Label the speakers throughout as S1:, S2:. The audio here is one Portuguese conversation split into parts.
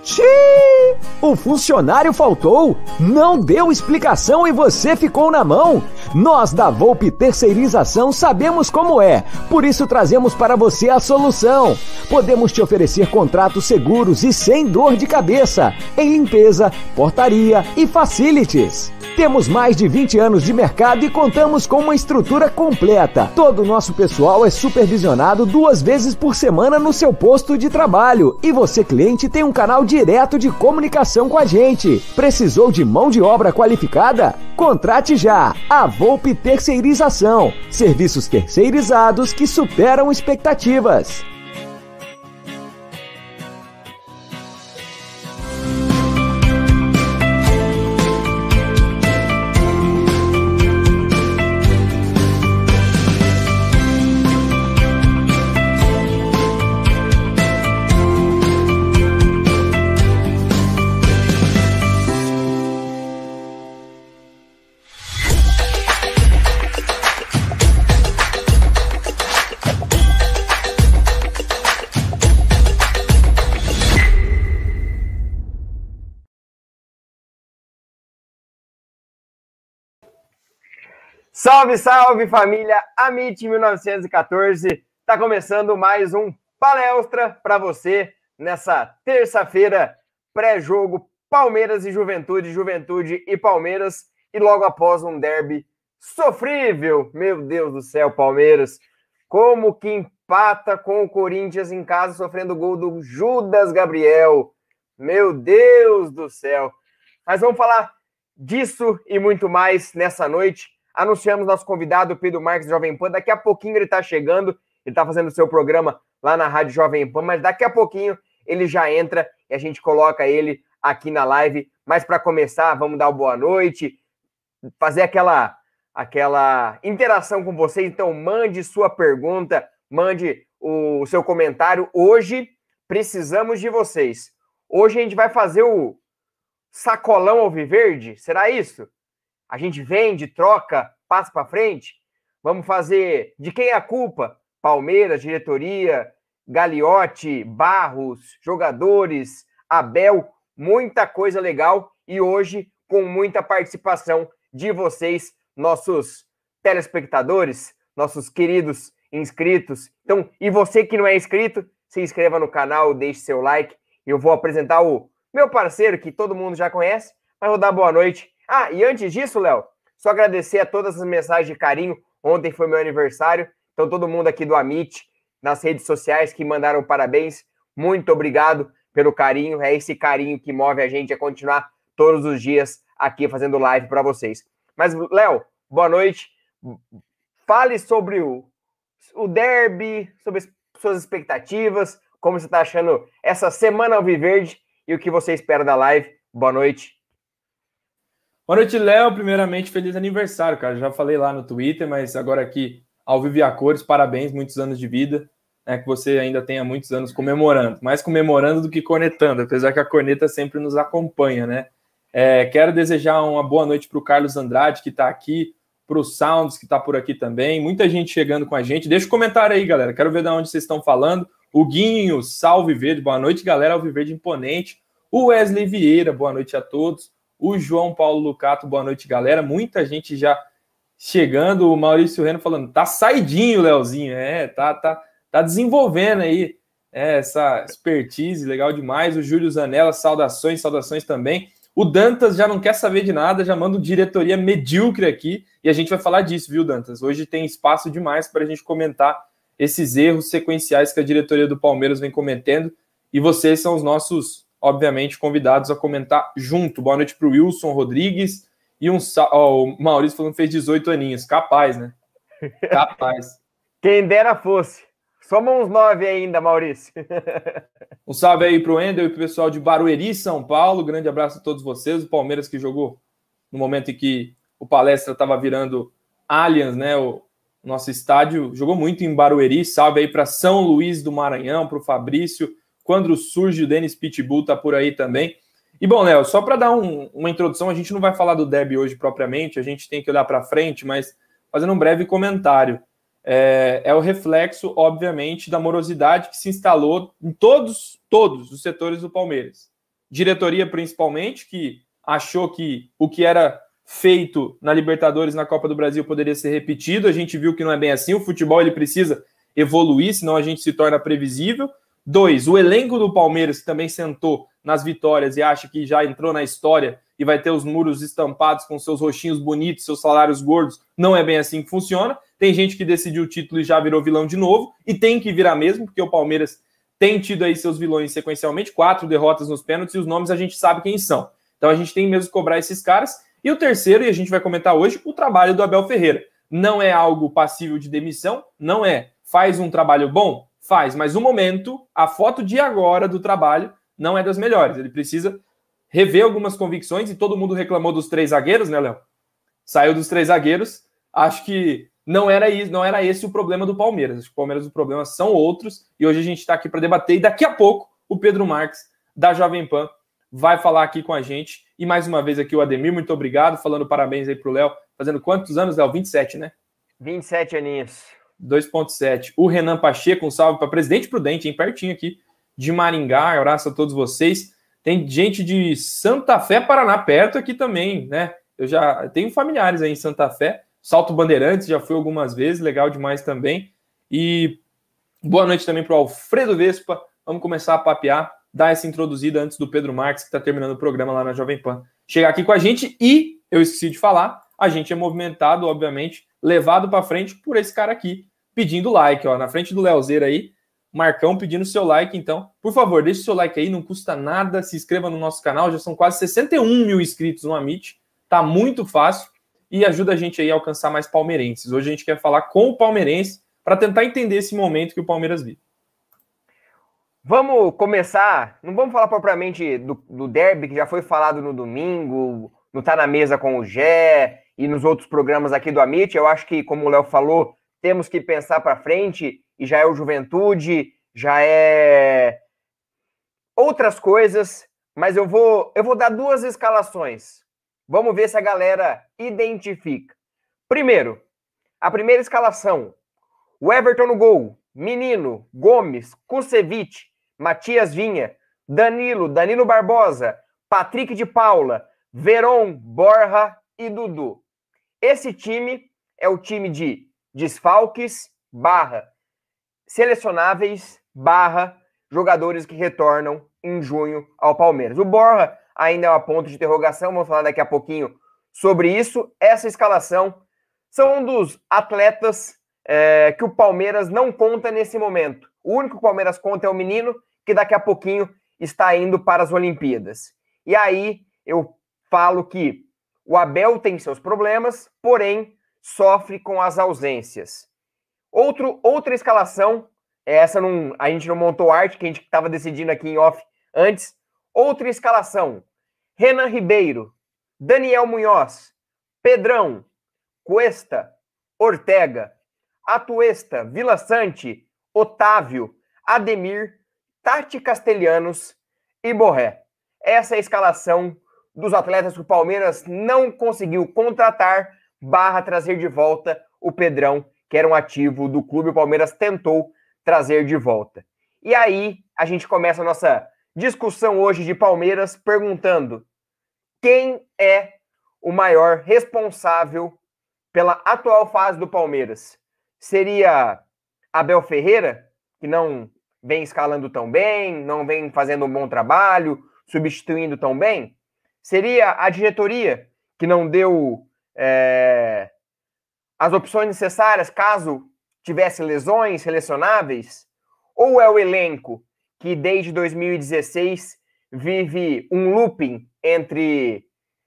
S1: Xiii! O funcionário faltou, não deu explicação e você ficou na mão. Nós da Volpe Terceirização sabemos como é, por isso trazemos para você a solução. Podemos te oferecer contratos seguros e sem dor de cabeça, em limpeza, portaria e facilities. Temos mais de 20 anos de mercado e contamos com uma estrutura completa. Todo o nosso pessoal é supervisionado 2 vezes por semana no seu posto de trabalho. E você, cliente, tem um canal direto de comunicação com a gente. Precisou de mão de obra qualificada? Contrate já! A Volpe Terceirização. Serviços terceirizados que superam expectativas.
S2: Salve, salve, família Amit 1914. Tá começando mais um Palestra para você nessa terça-feira, pré-jogo Palmeiras e Juventude, Juventude e Palmeiras, e logo após um derby sofrível. Meu Deus do céu, Palmeiras, como que empata com o Corinthians em casa, sofrendo o gol do Judas Gabriel. Meu Deus do céu. Mas vamos falar disso e muito mais nessa noite. Anunciamos nosso convidado, Pedro Marques, Jovem Pan. Daqui a pouquinho ele está chegando, ele está fazendo o seu programa lá na Rádio Jovem Pan, mas daqui a pouquinho ele já entra e a gente coloca ele aqui na live. Mas para começar, vamos dar uma boa noite, fazer aquela interação com vocês. Então mande sua pergunta, mande o seu comentário. Hoje precisamos de vocês. Hoje a gente vai fazer o sacolão alviverde, será isso? A gente vende, troca, passa para frente. Vamos fazer de quem é a culpa? Palmeiras, diretoria, Gagliotti, Barros, jogadores, Abel, muita coisa legal. E hoje com muita participação de vocês, nossos telespectadores, nossos queridos inscritos. Então, e você que não é inscrito, se inscreva no canal, deixe seu like. Eu vou apresentar o meu parceiro, que todo mundo já conhece, mas vou dar boa noite. Ah, e antes disso, Léo, só agradecer a todas as mensagens de carinho. Ontem foi meu aniversário, então todo mundo aqui do Amit, nas redes sociais que mandaram parabéns, muito obrigado pelo carinho. É esse carinho que move a gente a continuar todos os dias aqui fazendo live para vocês. Mas, Léo, boa noite. Fale sobre o derby, sobre as suas expectativas, como você está achando essa semana alviverde e o que você espera da live. Boa noite.
S3: Boa noite, Léo. Primeiramente, feliz aniversário, cara. Já falei lá no Twitter, mas agora aqui, ao vivo e a cores, parabéns, muitos anos de vida, né, que você ainda tenha muitos anos comemorando. Mais comemorando do que cornetando, apesar que a corneta sempre nos acompanha, né? Quero desejar uma boa noite para o Carlos Andrade, que está aqui, para o Sounds, que está por aqui também. Muita gente chegando com a gente. Deixa um comentário aí, galera. Quero ver de onde vocês estão falando. O Guinho, salve verde. Boa noite, galera. Alviverde imponente. O Wesley Vieira, boa noite a todos. O João Paulo Lucato, boa noite, galera. Muita gente já chegando. O Maurício Reno falando, tá saidinho, Leozinho. Tá desenvolvendo aí essa expertise, legal demais. O Júlio Zanella, saudações também. O Dantas já não quer saber de nada, já manda diretoria medíocre aqui. E a gente vai falar disso, viu, Dantas? Hoje tem espaço demais para a gente comentar esses erros sequenciais que a diretoria do Palmeiras vem cometendo. E vocês são os nossos, obviamente, convidados a comentar junto. Boa noite para o Wilson Rodrigues e o Maurício falando que fez 18 aninhos. Capaz, né? Capaz.
S2: Quem dera fosse. Somos uns 9 ainda, Maurício.
S3: Um salve aí para o Endel e para o pessoal de Barueri, São Paulo. Grande abraço a todos vocês. O Palmeiras que jogou no momento em que o Palestra estava virando Allianz, né? O nosso estádio. Jogou muito em Barueri. Salve aí para São Luís do Maranhão, para o Fabrício. Quando surge o Denis Pitbull, tá por aí também. E bom, Léo, só para dar uma introdução, a gente não vai falar do derby hoje propriamente, a gente tem que olhar para frente, mas fazendo um breve comentário. É o reflexo, obviamente, da morosidade que se instalou em todos os setores do Palmeiras. diretoria principalmente, que achou que o que era feito na Libertadores, na Copa do Brasil, poderia ser repetido. A gente viu que não é bem assim. O futebol ele precisa evoluir, senão a gente se torna previsível. 2, o elenco do Palmeiras, que também sentou nas vitórias e acha que já entrou na história e vai ter os muros estampados com seus roxinhos bonitos, seus salários gordos. Não é bem assim que funciona. Tem gente que decidiu o título e já virou vilão de novo, e tem que virar mesmo, porque o Palmeiras tem tido aí seus vilões sequencialmente, 4 derrotas nos pênaltis, e os nomes a gente sabe quem são. Então a gente tem mesmo que cobrar esses caras. E o terceiro, e a gente vai comentar hoje, o trabalho do Abel Ferreira. Não é algo passível de demissão, não é. Faz um trabalho bom? Faz, mas o momento, a foto de agora do trabalho não é das melhores. Ele precisa rever algumas convicções, e todo mundo reclamou dos 3 zagueiros, né, Léo? Saiu dos 3 zagueiros, acho que não era esse o problema do Palmeiras. Acho que o Palmeiras, os problemas são outros, e hoje a gente está aqui para debater, e daqui a pouco o Pedro Marques, da Jovem Pan, vai falar aqui com a gente. E mais uma vez aqui o Ademir, muito obrigado, falando parabéns aí pro Léo. Fazendo quantos anos, Léo? 27, né?
S2: 27 aninhos.
S3: 2.7. O Renan Pacheco, um salve para Presidente Prudente, hein? Pertinho aqui de Maringá. Abraço a todos vocês. Tem gente de Santa Fé, Paraná, perto aqui também, né? Eu já tenho familiares aí em Santa Fé. Salto Bandeirantes, já fui algumas vezes, legal demais também. E boa noite também para o Alfredo Vespa. Vamos começar a papear, dar essa introduzida antes do Pedro Marques, que está terminando o programa lá na Jovem Pan, chegar aqui com a gente. E, eu esqueci de falar, a gente é movimentado, obviamente, levado para frente por esse cara aqui, pedindo like, ó, na frente do Leozeira aí, Marcão pedindo seu like. Então, por favor, deixe seu like aí, não custa nada, se inscreva no nosso canal, já são quase 61 mil inscritos no Amit, tá muito fácil, e ajuda a gente aí a alcançar mais palmeirenses. Hoje a gente quer falar com o palmeirense para tentar entender esse momento que o Palmeiras vive.
S2: Vamos começar, não vamos falar propriamente do derby, que já foi falado no domingo, no Tá Na Mesa com o Gé e nos outros programas aqui do Amit. Eu acho que, como o Léo falou, temos que pensar para frente, e já é o Juventude, já é outras coisas, mas eu vou dar 2 escalações. Vamos ver se a galera identifica. Primeiro, a primeira escalação: o Everton no gol, Menino, Gomes, Kusevich, Matias Vinha, Danilo Barbosa, Patrick de Paula, Veron, Borja e Dudu. Esse time é o time de desfalques, selecionáveis, jogadores que retornam em junho ao Palmeiras. O Borja ainda é um ponto de interrogação, vamos falar daqui a pouquinho sobre isso. Essa escalação são um dos atletas que o Palmeiras não conta nesse momento. O único que o Palmeiras conta é o Menino, que daqui a pouquinho está indo para as Olimpíadas. E aí eu falo que o Abel tem seus problemas, porém sofre com as ausências. Outra escalação, essa não, a gente não montou arte, que a gente estava decidindo aqui em off antes. Outra escalação: Renan Ribeiro, Daniel Munhoz, Pedrão, Cuesta, Ortega, Atuesta, Vila Sante, Otávio, Ademir, Tati Castelhanos e Borré. Essa é a escalação dos atletas que o Palmeiras não conseguiu contratar / trazer de volta o Pedrão, que era um ativo do clube. O Palmeiras tentou trazer de volta. E aí a gente começa a nossa discussão hoje de Palmeiras perguntando: quem é o maior responsável pela atual fase do Palmeiras? Seria Abel Ferreira, que não vem escalando tão bem, não vem fazendo um bom trabalho, substituindo tão bem? Seria a diretoria, que não deu as opções necessárias caso tivesse lesões selecionáveis? Ou é o elenco, que desde 2016 vive um looping entre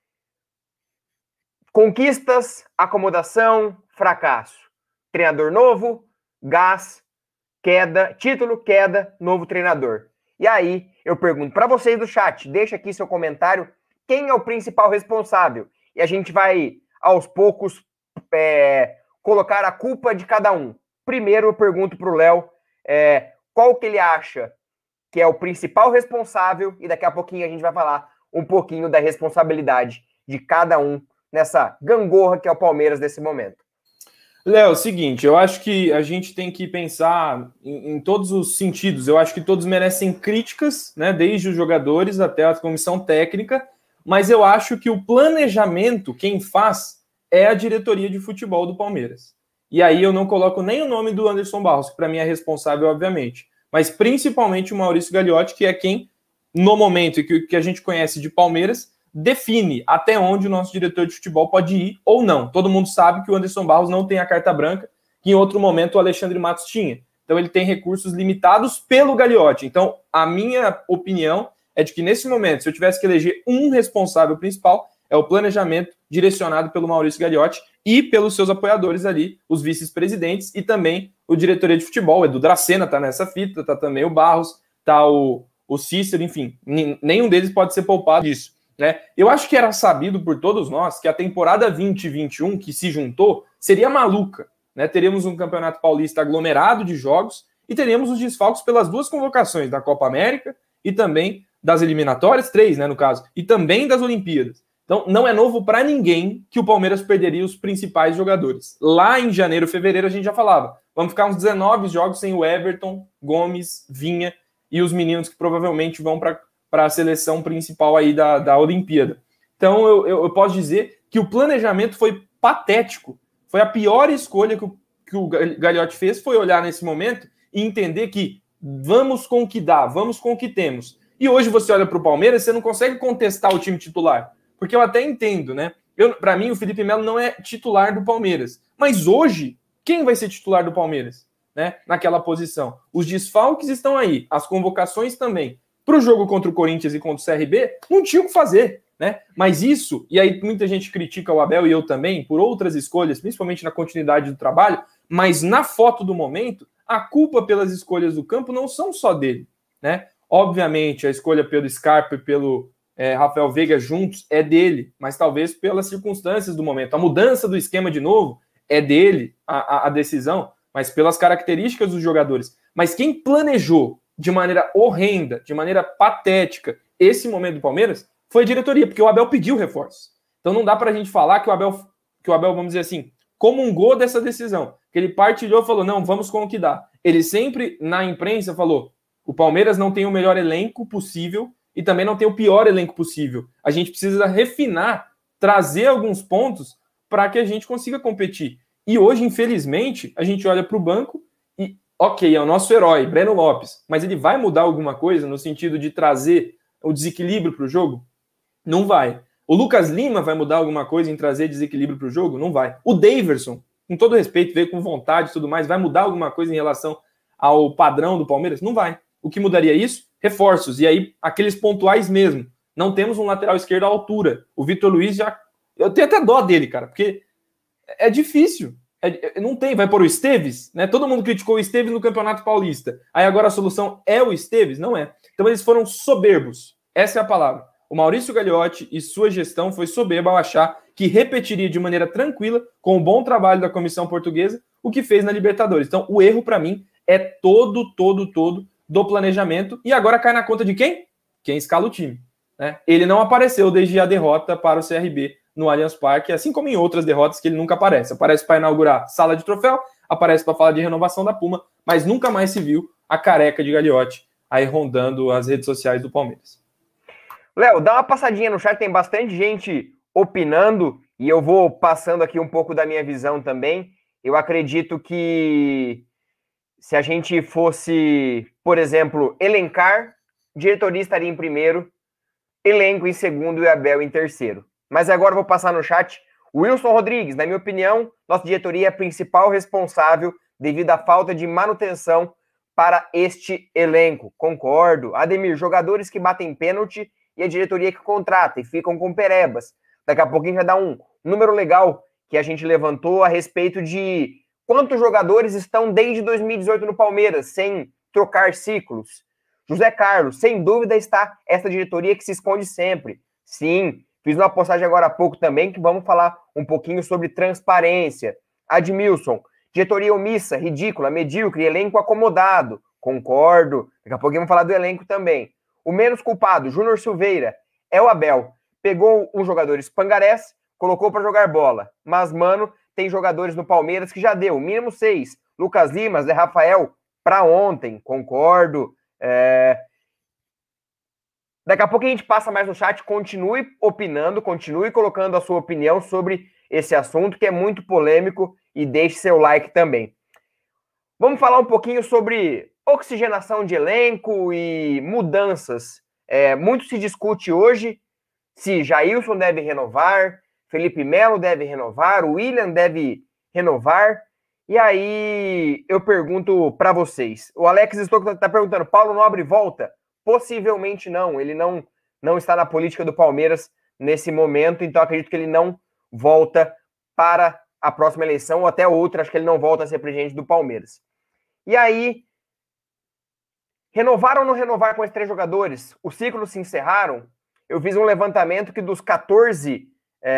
S2: conquistas, acomodação, fracasso? Treinador novo, gás, queda, título, queda, novo treinador. E aí eu pergunto para vocês do chat, deixa aqui seu comentário, quem é o principal responsável? E a gente vai, aos poucos, colocar a culpa de cada um. Primeiro eu pergunto para o Léo qual que ele acha que é o principal responsável, e daqui a pouquinho a gente vai falar um pouquinho da responsabilidade de cada um nessa gangorra que é o Palmeiras nesse momento.
S3: Léo, seguinte, eu acho que a gente tem que pensar em todos os sentidos. Eu acho que todos merecem críticas, né, desde os jogadores até a comissão técnica, mas eu acho que o planejamento, quem faz, é a diretoria de futebol do Palmeiras. E aí eu não coloco nem o nome do Anderson Barros, que para mim é responsável, obviamente, mas principalmente o Maurício Gagliotti, que é quem, no momento que a gente conhece de Palmeiras, define até onde o nosso diretor de futebol pode ir ou não. Todo mundo sabe que o Anderson Barros não tem a carta branca, que em outro momento o Alexandre Matos tinha. Então ele tem recursos limitados pelo Gagliotti. Então a minha opinião é de que nesse momento, se eu tivesse que eleger um responsável principal, é o planejamento direcionado pelo Maurício Gagliotti e pelos seus apoiadores ali, os vice-presidentes e também o diretoria de futebol. O Edu Dracena tá nessa fita, tá também o Barros, tá o Cícero, enfim, nenhum deles pode ser poupado disso. Né? Eu acho que era sabido por todos nós que a temporada 2021 que se juntou seria maluca. Né? Teríamos um campeonato paulista aglomerado de jogos e teríamos os desfalques pelas duas convocações da Copa América e também das eliminatórias, 3, né, no caso, e também das Olimpíadas. Então não é novo para ninguém que o Palmeiras perderia os principais jogadores. Lá em janeiro, fevereiro a gente já falava, vamos ficar uns 19 jogos sem o Everton, Gomes, Vinha e os meninos que provavelmente vão para a seleção principal aí da Olimpíada. Então eu posso dizer que o planejamento foi patético. Foi a pior escolha que o Gagliotti fez, foi olhar nesse momento e entender que vamos com o que dá, vamos com o que temos. E hoje você olha para o Palmeiras, você não consegue contestar o time titular. Porque eu até entendo, né? Para mim, o Felipe Melo não é titular do Palmeiras. Mas hoje, quem vai ser titular do Palmeiras? Né? Naquela posição. Os desfalques estão aí, as convocações também. Para o jogo contra o Corinthians e contra o CRB, não tinha o que fazer, né? Mas isso, e aí muita gente critica o Abel e eu também, por outras escolhas, principalmente na continuidade do trabalho, mas na foto do momento, a culpa pelas escolhas do campo não são só dele, né? Obviamente, a escolha pelo Scarpa e pelo Rafael Veiga juntos é dele, mas talvez pelas circunstâncias do momento. A mudança do esquema de novo é dele, a decisão, mas pelas características dos jogadores. Mas quem planejou de maneira horrenda, de maneira patética, esse momento do Palmeiras, foi a diretoria, porque o Abel pediu reforços. Então não dá pra gente falar que o Abel, vamos dizer assim, comungou dessa decisão, que ele partilhou e falou, não, vamos com o que dá. Ele sempre, na imprensa, falou, o Palmeiras não tem o melhor elenco possível e também não tem o pior elenco possível. A gente precisa refinar, trazer alguns pontos para que a gente consiga competir. E hoje, infelizmente, a gente olha para o banco e, ok, é o nosso herói, Breno Lopes, mas ele vai mudar alguma coisa no sentido de trazer o desequilíbrio para o jogo? Não vai. O Lucas Lima vai mudar alguma coisa em trazer desequilíbrio para o jogo? Não vai. O Daverson, com todo respeito, veio com vontade e tudo mais, vai mudar alguma coisa em relação ao padrão do Palmeiras? Não vai. O que mudaria isso? Reforços. E aí, aqueles pontuais mesmo. Não temos um lateral esquerdo à altura. O Vitor Luiz já... Eu tenho até dó dele, cara, porque é difícil. Não tem. Vai pôr o Esteves, né? Todo mundo criticou o Esteves no Campeonato Paulista. Aí agora a solução é o Esteves? Não é. Então eles foram soberbos. Essa é a palavra. O Maurício Gagliotti e sua gestão foi soberba ao achar que repetiria de maneira tranquila, com o bom trabalho da comissão portuguesa, o que fez na Libertadores. Então o erro, para mim, é todo do planejamento, e agora cai na conta de quem? Quem escala o time. Né? Ele não apareceu desde a derrota para o CRB no Allianz Parque, assim como em outras derrotas que ele nunca aparece. Aparece para inaugurar sala de troféu, aparece para falar de renovação da Puma, mas nunca mais se viu a careca de Gagliotti aí rondando as redes sociais do Palmeiras.
S2: Léo, dá uma passadinha no chat, tem bastante gente opinando, e eu vou passando aqui um pouco da minha visão também. Eu acredito que se a gente fosse, por exemplo, elencar, diretoria estaria em primeiro, elenco em segundo e Abel em terceiro. Mas agora eu vou passar no chat. Wilson Rodrigues, na minha opinião, nossa diretoria é a principal responsável devido à falta de manutenção para este elenco. Concordo. Ademir, jogadores que batem pênalti e a diretoria que contrata e ficam com perebas. Daqui a pouquinho vai dar um número legal que a gente levantou a respeito de quantos jogadores estão desde 2018 no Palmeiras, sem trocar ciclos? José Carlos, sem dúvida está essa diretoria que se esconde sempre. Sim, fiz uma postagem agora há pouco também que vamos falar um pouquinho sobre transparência. Admilson, diretoria omissa, ridícula, medíocre, elenco acomodado. Concordo. Daqui a pouquinho vamos falar do elenco também. O menos culpado, Júnior Silveira, é o Abel. Pegou um jogador espangarés, colocou para jogar bola. Mas, mano, tem jogadores no Palmeiras que já deu, mínimo 6. Lucas Lima, Zé Rafael, para ontem, concordo. Daqui a pouco a gente passa mais no chat, continue opinando, continue colocando a sua opinião sobre esse assunto, que é muito polêmico, e deixe seu like também. Vamos falar um pouquinho sobre oxigenação de elenco e mudanças. Muito se discute hoje se Jailson deve renovar, Felipe Melo deve renovar, o William deve renovar. E aí eu pergunto para vocês. O Alex Stocco está perguntando, Paulo Nobre volta? Possivelmente não. Ele não está na política do Palmeiras nesse momento, então acredito que ele não volta para a próxima eleição, ou até outra, acho que ele não volta a ser presidente do Palmeiras. E aí, renovar ou não renovar com esses 3 jogadores? Os ciclos se encerraram? Eu fiz um levantamento que dos 14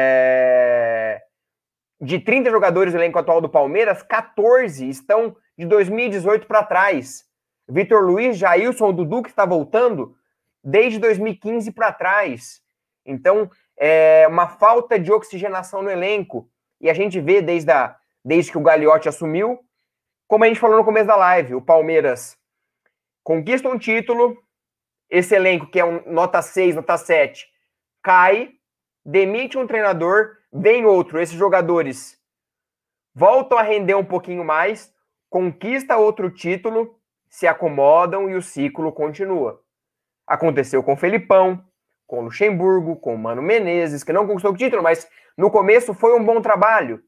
S2: de 30 jogadores do elenco atual do Palmeiras, 14 estão de 2018 para trás. Vitor Luiz, Jailson, Dudu, que está voltando desde 2015 para trás. Então, uma falta de oxigenação no elenco. E a gente vê desde que o Gagliotti assumiu, como a gente falou no começo da live, o Palmeiras conquista um título, esse elenco que é nota 6, nota 7, cai, demite um treinador, vem outro, esses jogadores voltam a render um pouquinho mais, conquista outro título, se acomodam e o ciclo continua. Aconteceu com o Felipão, com o Luxemburgo, com o Mano Menezes, que não conquistou o título, mas no começo foi um bom trabalho.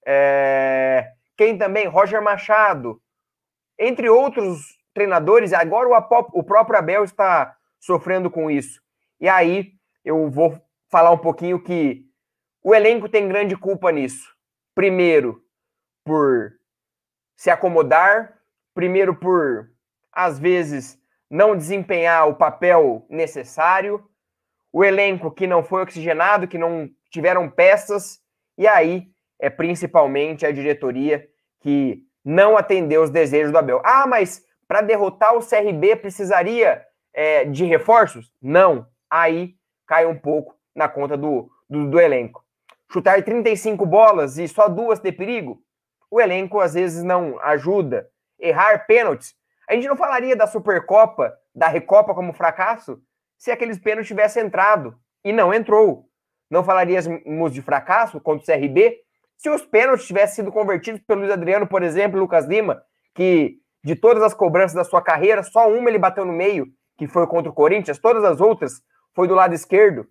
S2: Quem também? Roger Machado. Entre outros treinadores, agora o próprio Abel está sofrendo com isso. E aí eu vou falar um pouquinho que o elenco tem grande culpa nisso. Primeiro, por se acomodar. Primeiro, por, às vezes, não desempenhar o papel necessário. O elenco que não foi oxigenado, que não tiveram peças. E aí, principalmente a diretoria que não atendeu os desejos do Abel. Ah, mas para derrotar o CRB precisaria de reforços? Não. Aí cai um pouco na conta do elenco. Chutar 35 bolas e só 2 ter perigo? O elenco às vezes não ajuda. Errar pênaltis? A gente não falaria da Supercopa, da Recopa como fracasso, se aqueles pênaltis tivessem entrado. E não entrou. Não falaríamos de fracasso contra o CRB se os pênaltis tivessem sido convertidos pelo Luiz Adriano, por exemplo, Lucas Lima, que de todas as cobranças da sua carreira, só uma ele bateu no meio, que foi contra o Corinthians, todas as outras foi do lado esquerdo.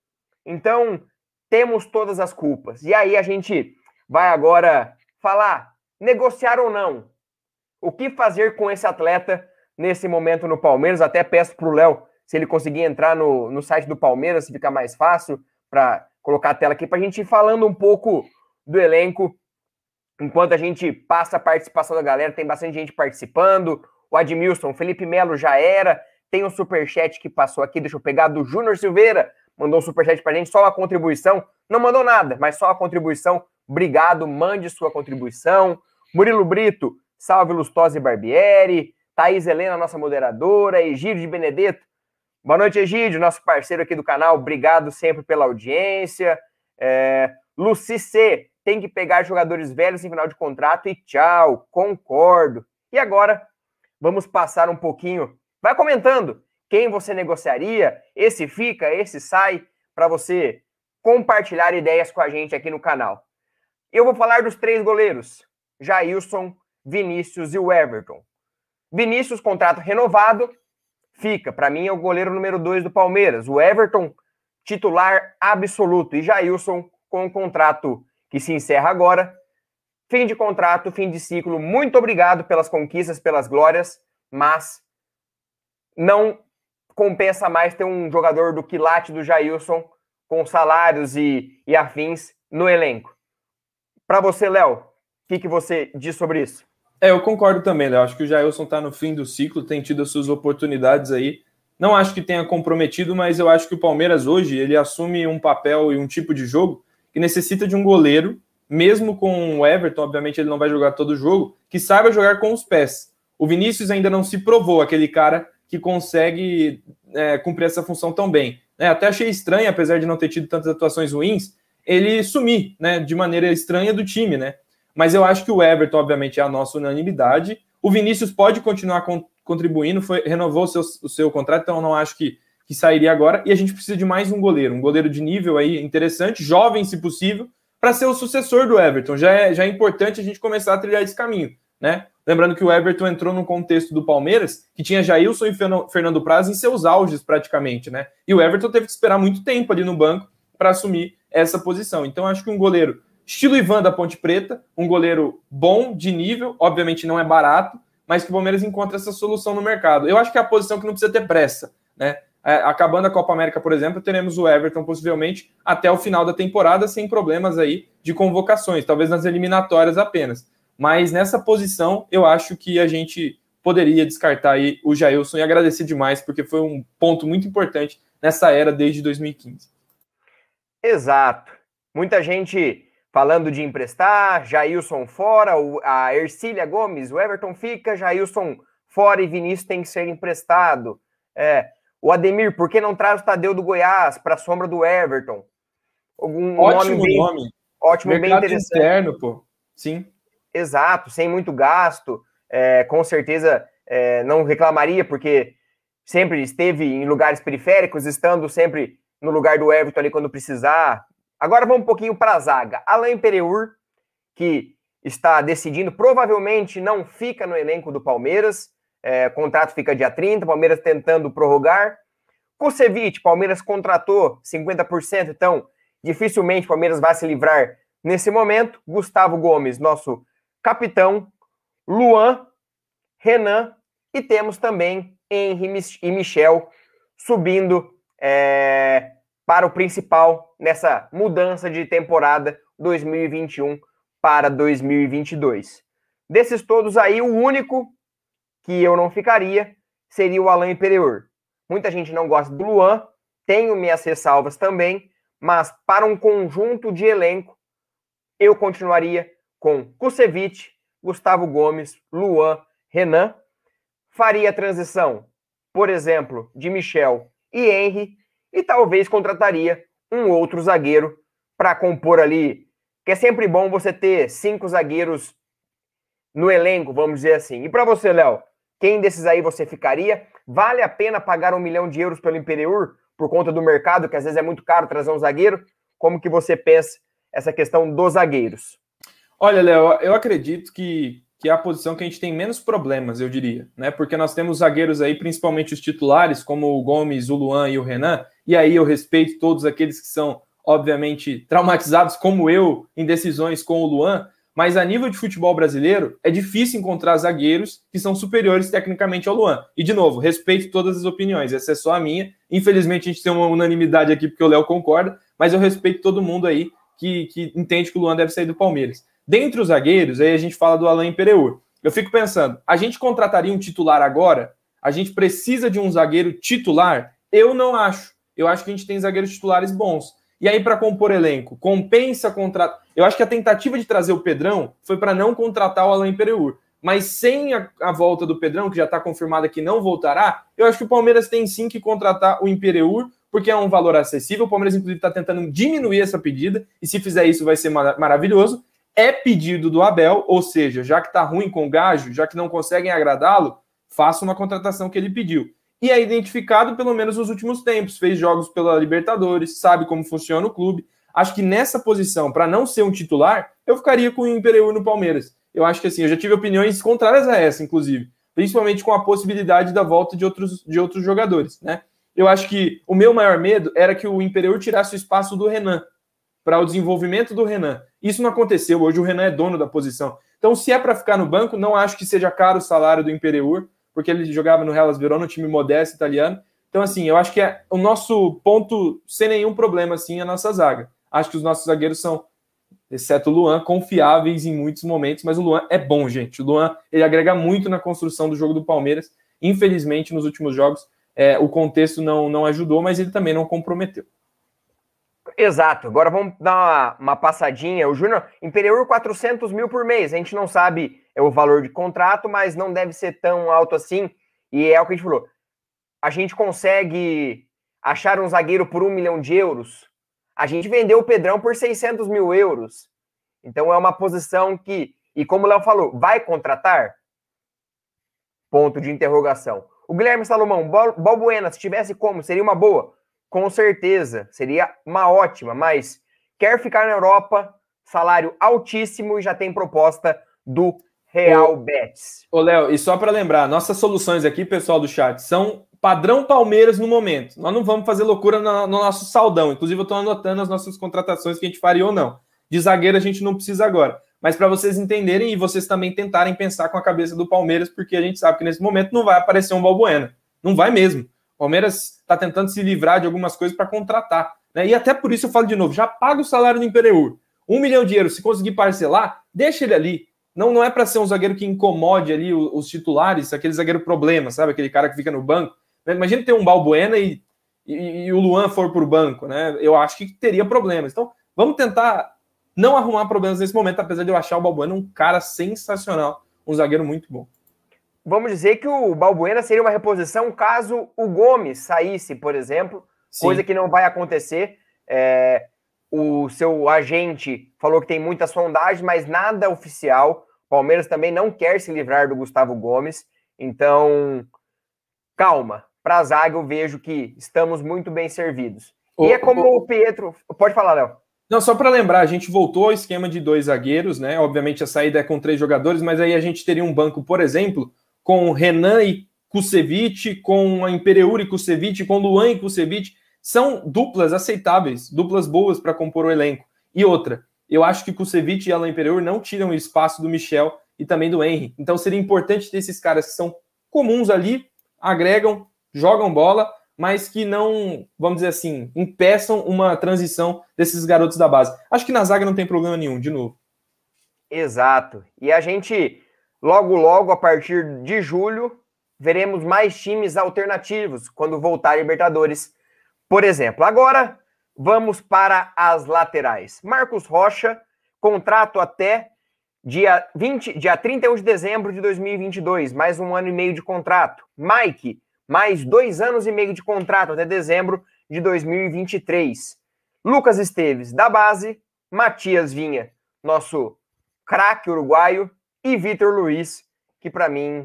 S2: Então, temos todas as culpas. E aí a gente vai agora falar, negociar ou não. O que fazer com esse atleta nesse momento no Palmeiras? Até peço para o Léo, se ele conseguir entrar no site do Palmeiras, se ficar mais fácil, para colocar a tela aqui, para a gente ir falando um pouco do elenco, enquanto a gente passa a participação da galera. Tem bastante gente participando. O Admilson, Felipe Melo já era. Tem um superchat que passou aqui, deixa eu pegar, do Júnior Silveira. Mandou um superchat pra gente, só uma contribuição. Não mandou nada, mas só a contribuição. Obrigado, mande sua contribuição. Murilo Brito, salve Lustosa e Barbieri. Thaís Helena, nossa moderadora. Egídio de Benedetto. Boa noite, Egídio, nosso parceiro aqui do canal. Obrigado sempre pela audiência. Luci C, tem que pegar jogadores velhos em final de contrato e tchau, concordo. E agora, vamos passar um pouquinho, vai comentando quem você negociaria, esse fica, esse sai, para você compartilhar ideias com a gente aqui no canal. Eu vou falar dos 3 goleiros, Jailson, Vinícius e o Everton. Vinícius, contrato renovado, fica, para mim é o goleiro número 2 do Palmeiras. O Everton, titular absoluto, e Jailson com um contrato que se encerra agora. Fim de contrato, fim de ciclo. Muito obrigado pelas conquistas, pelas glórias, mas não compensa mais ter um jogador do quilate do Jailson com salários e afins no elenco. Para você, Léo, o que você diz sobre isso?
S3: Eu concordo também, Léo. Acho que o Jailson está no fim do ciclo, tem tido as suas oportunidades aí. Não acho que tenha comprometido, mas eu acho que o Palmeiras hoje ele assume um papel e um tipo de jogo que necessita de um goleiro, mesmo com o Everton, obviamente ele não vai jogar todo o jogo, que saiba jogar com os pés. O Vinícius ainda não se provou, aquele cara que consegue cumprir essa função tão bem. Até achei estranho, apesar de não ter tido tantas atuações ruins, ele sumir, né, de maneira estranha do time, né? Mas eu acho que o Everton, obviamente, é a nossa unanimidade. O Vinícius pode continuar contribuindo, renovou o seu contrato, então eu não acho que sairia agora. E a gente precisa de mais um goleiro de nível aí interessante, jovem, se possível, para ser o sucessor do Everton. Já é importante a gente começar a trilhar esse caminho, né? Lembrando que o Everton entrou no contexto do Palmeiras, que tinha Jailson e Fernando Praz em seus auges, praticamente, né? E o Everton teve que esperar muito tempo ali no banco para assumir essa posição. Então, acho que um goleiro estilo Ivan da Ponte Preta, um goleiro bom, de nível, obviamente não é barato, mas que o Palmeiras encontra essa solução no mercado. Eu acho que é a posição que não precisa ter pressa, né? Acabando a Copa América, por exemplo, teremos o Everton possivelmente até o final da temporada, sem problemas aí de convocações, talvez nas eliminatórias apenas. Mas nessa posição, eu acho que a gente poderia descartar aí o Jailson e agradecer demais, porque foi um ponto muito importante nessa era desde 2015.
S2: Exato. Muita gente falando de emprestar, Jailson fora, a Ercília Gomes, o Everton fica, Jailson fora e Vinícius tem que ser emprestado. O Ademir, por que não traz o Tadeu do Goiás para a sombra do Everton?
S3: Ótimo nome.
S2: Ótimo,
S3: mercado
S2: bem interessante.
S3: Interno, pô. Sim.
S2: Exato, sem muito gasto. Com certeza não reclamaria, porque sempre esteve em lugares periféricos, estando sempre no lugar do Everton ali quando precisar. Agora vamos um pouquinho para a zaga. Alain Pereur, que está decidindo, provavelmente não fica no elenco do Palmeiras. O contrato fica dia 30, Palmeiras tentando prorrogar. Kusevich, Palmeiras contratou 50%, então dificilmente o Palmeiras vai se livrar nesse momento. Gustavo Gomes, nosso capitão. Luan, Renan, e temos também Henry e Michel subindo para o principal nessa mudança de temporada 2021 para 2022. Desses todos aí, o único que eu não ficaria seria o Alain Pereur. Muita gente não gosta do Luan, tenho minhas ressalvas também, mas para um conjunto de elenco, eu continuaria com Kusevich, Gustavo Gomes, Luan, Renan. Faria a transição, por exemplo, de Michel e Henry, e talvez contrataria um outro zagueiro para compor ali, que é sempre bom você ter 5 zagueiros no elenco, vamos dizer assim. E para você, Léo, quem desses aí você ficaria? Vale a pena pagar 1 milhão de euros pelo Pereur por conta do mercado, que às vezes é muito caro trazer um zagueiro? Como que você pensa essa questão dos zagueiros?
S3: Olha, Léo, eu acredito que é a posição que a gente tem menos problemas, eu diria, né? Porque nós temos zagueiros aí, principalmente os titulares, como o Gomes, o Luan e o Renan, e aí eu respeito todos aqueles que são, obviamente, traumatizados, como eu, em decisões com o Luan, mas a nível de futebol brasileiro, é difícil encontrar zagueiros que são superiores tecnicamente ao Luan. E, de novo, respeito todas as opiniões, essa é só a minha. Infelizmente, a gente tem uma unanimidade aqui, porque o Léo concorda, mas eu respeito todo mundo aí que entende que o Luan deve sair do Palmeiras. Dentre os zagueiros, aí a gente fala do Alain Pereur. Eu fico pensando, a gente contrataria um titular agora? A gente precisa de um zagueiro titular? Eu não acho. Eu acho que a gente tem zagueiros titulares bons. E aí, para compor elenco, compensa contratar. Eu acho que a tentativa de trazer o Pedrão foi para não contratar o Alain Pereur. Mas sem a volta do Pedrão, que já está confirmada que não voltará, eu acho que o Palmeiras tem sim que contratar o Pereur, porque é um valor acessível. O Palmeiras, inclusive, está tentando diminuir essa pedida, e se fizer isso vai ser maravilhoso. É pedido do Abel, ou seja, já que está ruim com o Gajo, já que não conseguem agradá-lo, faça uma contratação que ele pediu. E é identificado, pelo menos nos últimos tempos, fez jogos pela Libertadores, sabe como funciona o clube. Acho que nessa posição, para não ser um titular, eu ficaria com o Pereur no Palmeiras. Eu acho que assim, eu já tive opiniões contrárias a essa, inclusive, principalmente com a possibilidade da volta de outros jogadores, né? Eu acho que o meu maior medo era que o Pereur tirasse o espaço do Renan, para o desenvolvimento do Renan. Isso não aconteceu, hoje o Renan é dono da posição. Então, se é para ficar no banco, não acho que seja caro o salário do Pereur, porque ele jogava no Hellas Verona, um time modesto italiano. Então, assim, eu acho que é o nosso ponto, sem nenhum problema, assim, a nossa zaga. Acho que os nossos zagueiros são, exceto o Luan, confiáveis em muitos momentos, mas o Luan é bom, gente. O Luan, ele agrega muito na construção do jogo do Palmeiras. Infelizmente, nos últimos jogos, o contexto não ajudou, mas ele também não comprometeu.
S2: Exato, agora vamos dar uma passadinha. O Júnior, Pereur 400 mil por mês, a gente não sabe o valor de contrato, mas não deve ser tão alto assim, e é o que a gente falou, a gente consegue achar um zagueiro por 1 milhão de euros? A gente vendeu o Pedrão por 600 mil euros. Então é uma posição que, e como o Léo falou, vai contratar? Ponto de interrogação. O Guilherme Salomão, Balbuena, se tivesse como, seria uma boa? Com certeza, seria uma ótima, mas quer ficar na Europa, salário altíssimo e já tem proposta do Real Betis.
S3: Ô, Léo, e só para lembrar, nossas soluções aqui, pessoal do chat, são padrão Palmeiras no momento. Nós não vamos fazer loucura no nosso saldão. Inclusive, eu estou anotando as nossas contratações que a gente faria ou não. De zagueiro a gente não precisa agora. Mas para vocês entenderem e vocês também tentarem pensar com a cabeça do Palmeiras, porque a gente sabe que nesse momento não vai aparecer um Balbuena. Não vai mesmo. O Palmeiras está tentando se livrar de algumas coisas para contratar. Né? E até por isso eu falo de novo, já paga o salário do Imperiur. 1 milhão de euros, se conseguir parcelar, deixa ele ali. Não é para ser um zagueiro que incomode ali os titulares, aquele zagueiro problema, sabe? Aquele cara que fica no banco. Imagina ter um Balbuena e o Luan for para o banco, né? Eu acho que teria problemas. Então, vamos tentar não arrumar problemas nesse momento, apesar de eu achar o Balbuena um cara sensacional, um zagueiro muito bom.
S2: Vamos dizer que o Balbuena seria uma reposição caso o Gomes saísse, por exemplo, Sim. Coisa que não vai acontecer. O seu agente falou que tem muita sondagem, mas nada oficial. O Palmeiras também não quer se livrar do Gustavo Gomes. Então, calma. Para a zaga, eu vejo que estamos muito bem servidos. E é como o Pietro... Pode falar, Léo.
S3: Não, só para lembrar, a gente voltou ao esquema de 2 zagueiros, né? Obviamente a saída é com 3 jogadores, mas aí a gente teria um banco, por exemplo, com Renan e Kusevich, com a Imperiur e Kusevich, com Luan e Kusevich. São duplas aceitáveis, duplas boas para compor o elenco. E outra, eu acho que Kusevich e Alain Imperiur não tiram o espaço do Michel e também do Henry. Então seria importante ter esses caras que são comuns ali, agregam, jogam bola, mas que não, vamos dizer assim, impeçam uma transição desses garotos da base. Acho que na zaga não tem problema nenhum, de novo.
S2: Exato. E a gente, logo, a partir de julho, veremos mais times alternativos quando voltar a Libertadores, por exemplo. Agora, vamos para as laterais. Marcos Rocha, contrato até dia 31 de dezembro de 2022, mais 1 ano e meio de contrato. Mike, mais 2 anos e meio de contrato até dezembro de 2023. Lucas Esteves, da base. Matias Vinha, nosso craque uruguaio. E Vitor Luiz, que para mim...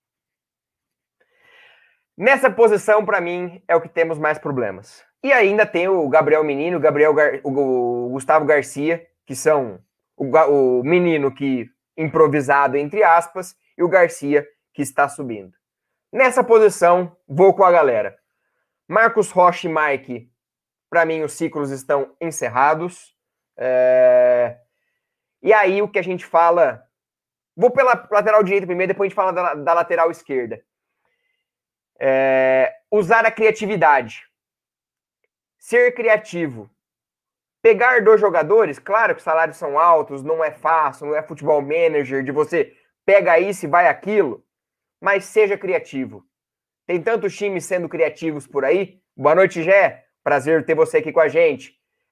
S2: Nessa posição, para mim, é o que temos mais problemas. E ainda tem o Gabriel Menino, o Gustavo Garcia, que são o Menino que improvisado, entre aspas, e o Garcia, que está subindo. Nessa posição, vou com a galera. Marcos Rocha e Mike, para mim, os ciclos estão encerrados. E aí, o que a gente fala... Vou pela lateral direita primeiro, depois a gente fala da lateral esquerda. Usar a criatividade. Ser criativo. Pegar 2 jogadores, claro que os salários são altos, não é fácil, não é futebol manager, de você pega isso e vai aquilo, mas seja criativo. Tem tantos times sendo criativos por aí. Boa noite, Gé. Prazer ter você aqui com a gente.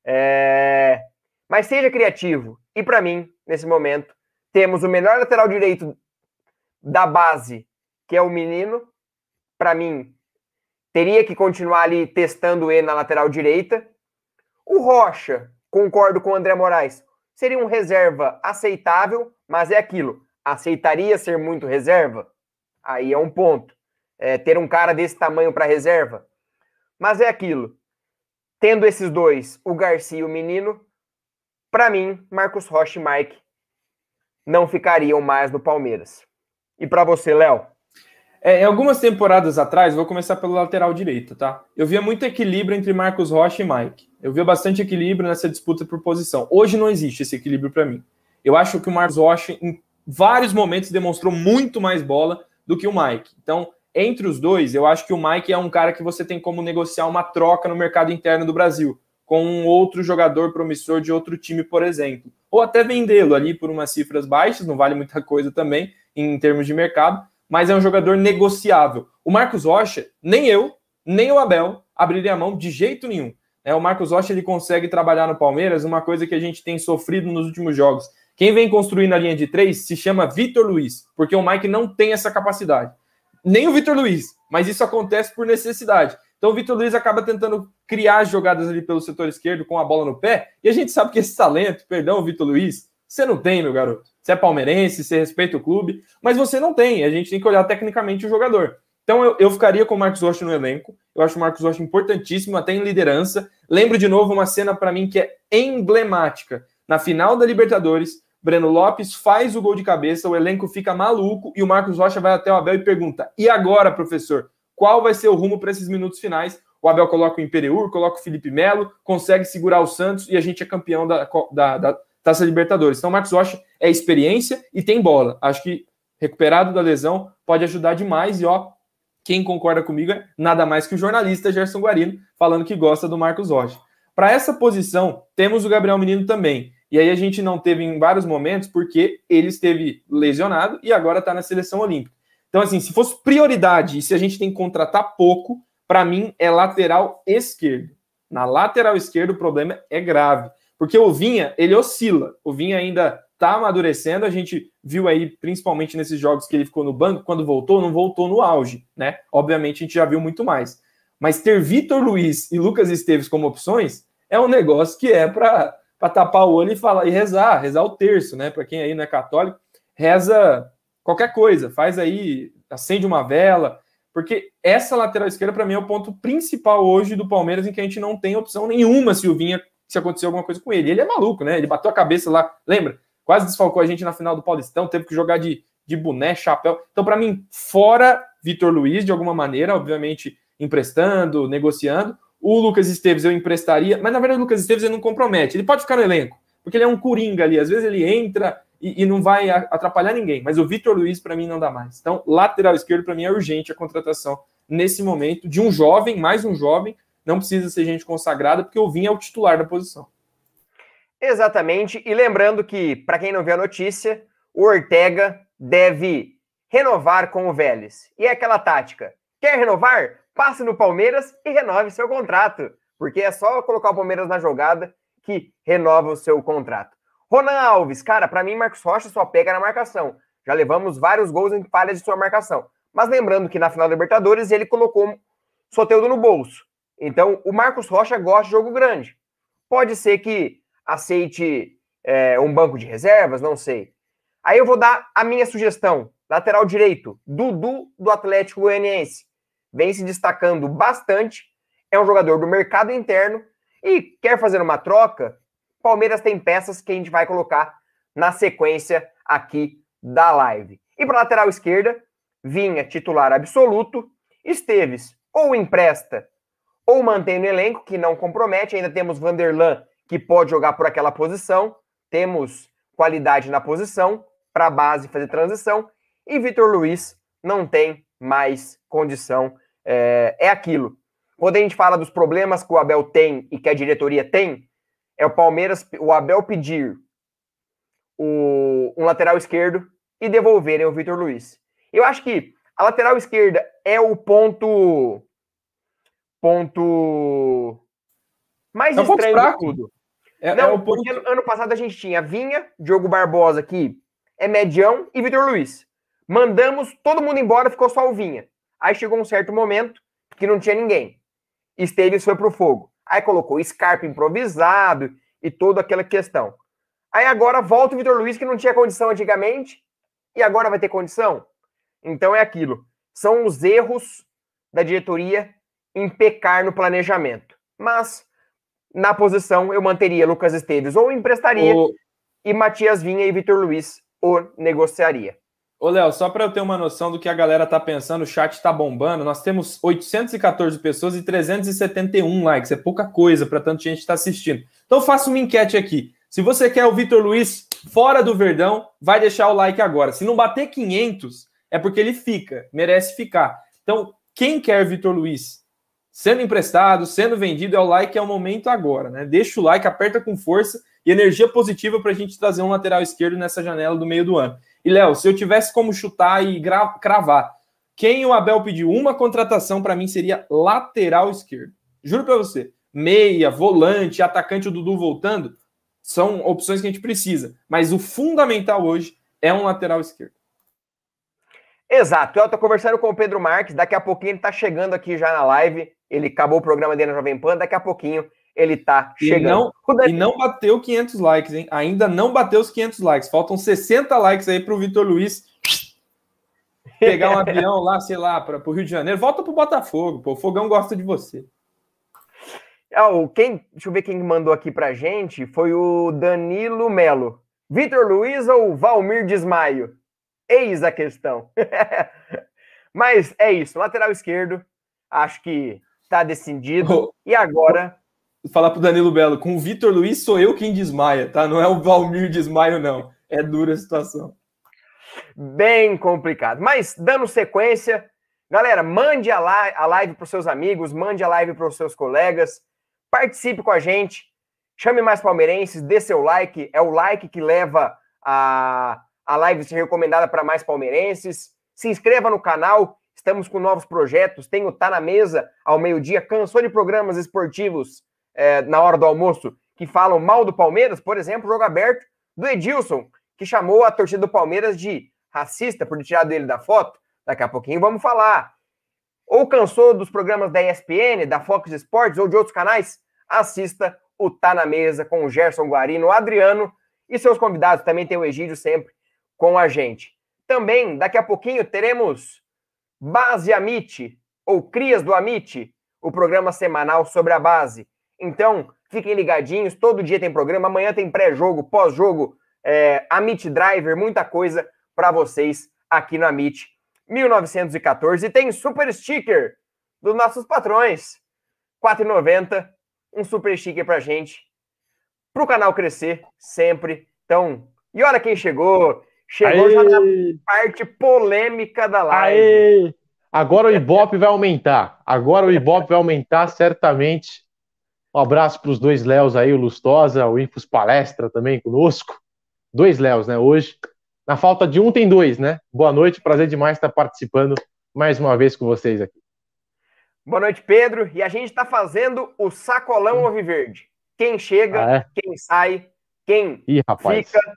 S2: Mas seja criativo. E para mim, nesse momento, temos o melhor lateral direito da base, que é o Menino. Para mim, teria que continuar ali testando ele na lateral direita. O Rocha, concordo com o André Moraes, seria um reserva aceitável, mas é aquilo. Aceitaria ser muito reserva? Aí é um ponto. Ter um cara desse tamanho para reserva? Mas é aquilo. Tendo esses 2, o Garcia e o Menino, para mim, Marcos Rocha e Mike não ficariam mais no Palmeiras. E para você, Léo?
S3: Em algumas temporadas atrás, vou começar pelo lateral direito, tá? Eu via muito equilíbrio entre Marcos Rocha e Mike. Eu via bastante equilíbrio nessa disputa por posição. Hoje não existe esse equilíbrio para mim. Eu acho que o Marcos Rocha, em vários momentos, demonstrou muito mais bola do que o Mike. Então, entre os dois, eu acho que o Mike é um cara que você tem como negociar uma troca no mercado interno do Brasil, com um outro jogador promissor de outro time, por exemplo. Ou até vendê-lo ali por umas cifras baixas, não vale muita coisa também, em termos de mercado, mas é um jogador negociável. O Marcos Rocha, nem eu, nem o Abel abriria a mão de jeito nenhum. O Marcos Rocha ele consegue trabalhar no Palmeiras, uma coisa que a gente tem sofrido nos últimos jogos. Quem vem construindo a linha de 3 se chama Vitor Luiz, porque o Mike não tem essa capacidade. Nem o Vitor Luiz, mas isso acontece por necessidade. Então Então o Vitor Luiz acaba tentando criar jogadas ali pelo setor esquerdo com a bola no pé, e a gente sabe que esse talento, perdão, Vitor Luiz, você não tem, meu garoto. Você é palmeirense, você respeita o clube, mas você não tem. A gente tem que olhar tecnicamente o jogador. Então eu ficaria com o Marcos Rocha no elenco. Eu acho o Marcos Rocha importantíssimo, até em liderança. Lembro de novo uma cena para mim que é emblemática. Na final da Libertadores, Breno Lopes faz o gol de cabeça, o elenco fica maluco e o Marcos Rocha vai até o Abel e pergunta: e agora, professor? Qual vai ser o rumo para esses minutos finais? O Abel coloca o Imperiur, coloca o Felipe Melo, consegue segurar o Santos e a gente é campeão da Taça Libertadores. Então, o Marcos Rocha é experiência e tem bola. Acho que recuperado da lesão pode ajudar demais. E, quem concorda comigo é nada mais que o jornalista Gerson Guarino, falando que gosta do Marcos Rocha. Para essa posição, temos o Gabriel Menino também. E aí a gente não teve em vários momentos porque ele esteve lesionado e agora está na seleção olímpica. Então, assim, se fosse prioridade e se a gente tem que contratar pouco, para mim é lateral esquerdo. Na lateral esquerda o problema é grave. Porque o Vinha, ele oscila. O Vinha ainda está amadurecendo. A gente viu aí, principalmente nesses jogos que ele ficou no banco, quando voltou, não voltou no auge, né? Obviamente, a gente já viu muito mais. Mas ter Vitor Luiz e Lucas Esteves como opções é um negócio que é para tapar o olho e falar e rezar o terço, né? Para quem aí não é católico, reza qualquer coisa. Faz aí, acende uma vela. Porque essa lateral esquerda, para mim, é o ponto principal hoje do Palmeiras, em que a gente não tem opção nenhuma se o Vinha, se acontecer alguma coisa com ele. Ele é maluco, né? Ele bateu a cabeça lá, lembra? Quase desfalcou a gente na final do Paulistão, teve que jogar de boné, chapéu. Então, para mim, fora Vitor Luiz, de alguma maneira, obviamente emprestando, negociando. O Lucas Esteves eu emprestaria, mas na verdade o Lucas Esteves ele não compromete. Ele pode ficar no elenco, porque ele é um coringa ali. Às vezes ele entra e não vai atrapalhar ninguém. Mas o Vitor Luiz, para mim, não dá mais. Então, lateral esquerdo, para mim, é urgente a contratação nesse momento de um jovem, mais um jovem. Não precisa ser gente consagrada, porque o Vinha é o titular da posição.
S2: Exatamente. E lembrando que, para quem não viu a notícia, o Ortega deve renovar com o Vélez. E é aquela tática. Quer renovar? Passe no Palmeiras e renove seu contrato. Porque é só colocar o Palmeiras na jogada que renova o seu contrato. Ronan Alves, cara, para mim, Marcos Rocha só pega na marcação. Já levamos vários gols em falhas de sua marcação. Mas lembrando que na final da Libertadores ele colocou Soteldo no bolso. Então, o Marcos Rocha gosta de jogo grande. Pode ser que aceite um banco de reservas, não sei. Aí eu vou dar a minha sugestão. Lateral direito, Dudu, do Atlético Goianiense. Vem se destacando bastante. É um jogador do mercado interno. E quer fazer uma troca? Palmeiras tem peças que a gente vai colocar na sequência aqui da live. E para lateral esquerda, Vinha titular absoluto. Esteves ou empresta ou mantém no elenco, que não compromete. Ainda temos Vanderlan, que pode jogar por aquela posição. Temos qualidade na posição para a base fazer transição. E Vitor Luiz não tem mais condição. É aquilo. Quando a gente fala dos problemas que o Abel tem e que a diretoria tem, é o Abel pedir um lateral esquerdo e devolverem o Vitor Luiz. Eu acho que a lateral esquerda é o ponto mais estranho de tudo. Porque ano passado a gente tinha Vinha, Diogo Barbosa, que é medião, e Vitor Luiz. Mandamos todo mundo embora, ficou só o Vinha. Aí chegou um certo momento que não tinha ninguém. Esteves foi pro fogo. Aí colocou Scarpa improvisado e toda aquela questão. Aí agora volta o Vitor Luiz, que não tinha condição antigamente, e agora vai ter condição? Então é aquilo. São os erros da diretoria em pecar no planejamento. Mas, na posição, eu manteria Lucas Esteves ou emprestaria, e Matias Vinha e Vitor Luiz o negociaria.
S3: Ô, Léo, só para eu ter uma noção do que a galera tá pensando, o chat tá bombando, nós temos 814 pessoas e 371 likes, é pouca coisa para tanta gente estar assistindo. Então faça uma enquete aqui. Se você quer o Vitor Luiz fora do Verdão, vai deixar o like agora. Se não bater 500, é porque ele fica, merece ficar. Então, quem quer Vitor Luiz sendo emprestado, sendo vendido, é o like, é o momento agora, né? Deixa o like, aperta com força e energia positiva para a gente trazer um lateral esquerdo nessa janela do meio do ano. E, Léo, se eu tivesse como chutar e cravar, quem o Abel pediu uma contratação para mim seria lateral esquerdo. Juro para você. Meia, volante, atacante, o Dudu voltando, são opções que a gente precisa. Mas o fundamental hoje é um lateral esquerdo.
S2: Exato, eu tô conversando com o Pedro Marques, daqui a pouquinho ele tá chegando aqui já na live, ele acabou o programa dele na Jovem Pan, daqui a pouquinho ele tá chegando.
S3: E não bateu 500 likes, hein? Ainda não bateu os 500 likes, faltam 60 likes aí pro Vitor Luiz pegar um avião lá, sei lá, pro Rio de Janeiro, volta pro Botafogo, pô, o Fogão gosta de você.
S2: Deixa eu ver quem mandou aqui pra gente, foi o Danilo Melo. Vitor Luiz ou Valmir Desmaio? Eis a questão. Mas é isso, lateral esquerdo, acho que tá decidido. E agora...
S3: Vou falar pro Danilo Melo, com o Vitor Luiz sou eu quem desmaia, tá? Não é o Valmir Desmaio, não. É dura a situação.
S2: Bem complicado. Mas, dando sequência, galera, mande a live para os seus amigos, mande a live para os seus colegas, participe com a gente, chame mais palmeirenses, dê seu like, é o like que leva a live ser recomendada para mais palmeirenses. Se inscreva no canal, estamos com novos projetos, tem o Tá na Mesa ao meio-dia, cansou de programas esportivos na hora do almoço que falam mal do Palmeiras, por exemplo, o jogo aberto do Edilson, que chamou a torcida do Palmeiras de racista por ter tirado ele da foto. Daqui a pouquinho vamos falar. Ou cansou dos programas da ESPN, da Fox Sports ou de outros canais? Assista o Tá na Mesa com o Gerson Guarino, o Adriano e seus convidados. Também tem o Egídio sempre com a gente. Também, daqui a pouquinho, teremos Base Amit, ou Crias do Amit, o programa semanal sobre a base. Então, fiquem ligadinhos, todo dia tem programa, amanhã tem pré-jogo, pós-jogo, Amit Driver, muita coisa para vocês aqui no Amit 1914. E tem super sticker dos nossos patrões, R$ 4,90, um super sticker pra gente, pro canal crescer sempre. Então, e olha quem chegou já na parte polêmica da live.
S4: Aê! Agora o Ibope vai aumentar, certamente. Um abraço para os dois Léos aí, o Lustosa, o Infos Palestra também conosco. 2 Léos, né, hoje. Na falta de um tem 2, né? Boa noite, prazer demais estar participando mais uma vez com vocês aqui.
S2: Boa noite, Pedro. E a gente está fazendo o sacolão alviverde. Quem chega, quem sai, quem fica.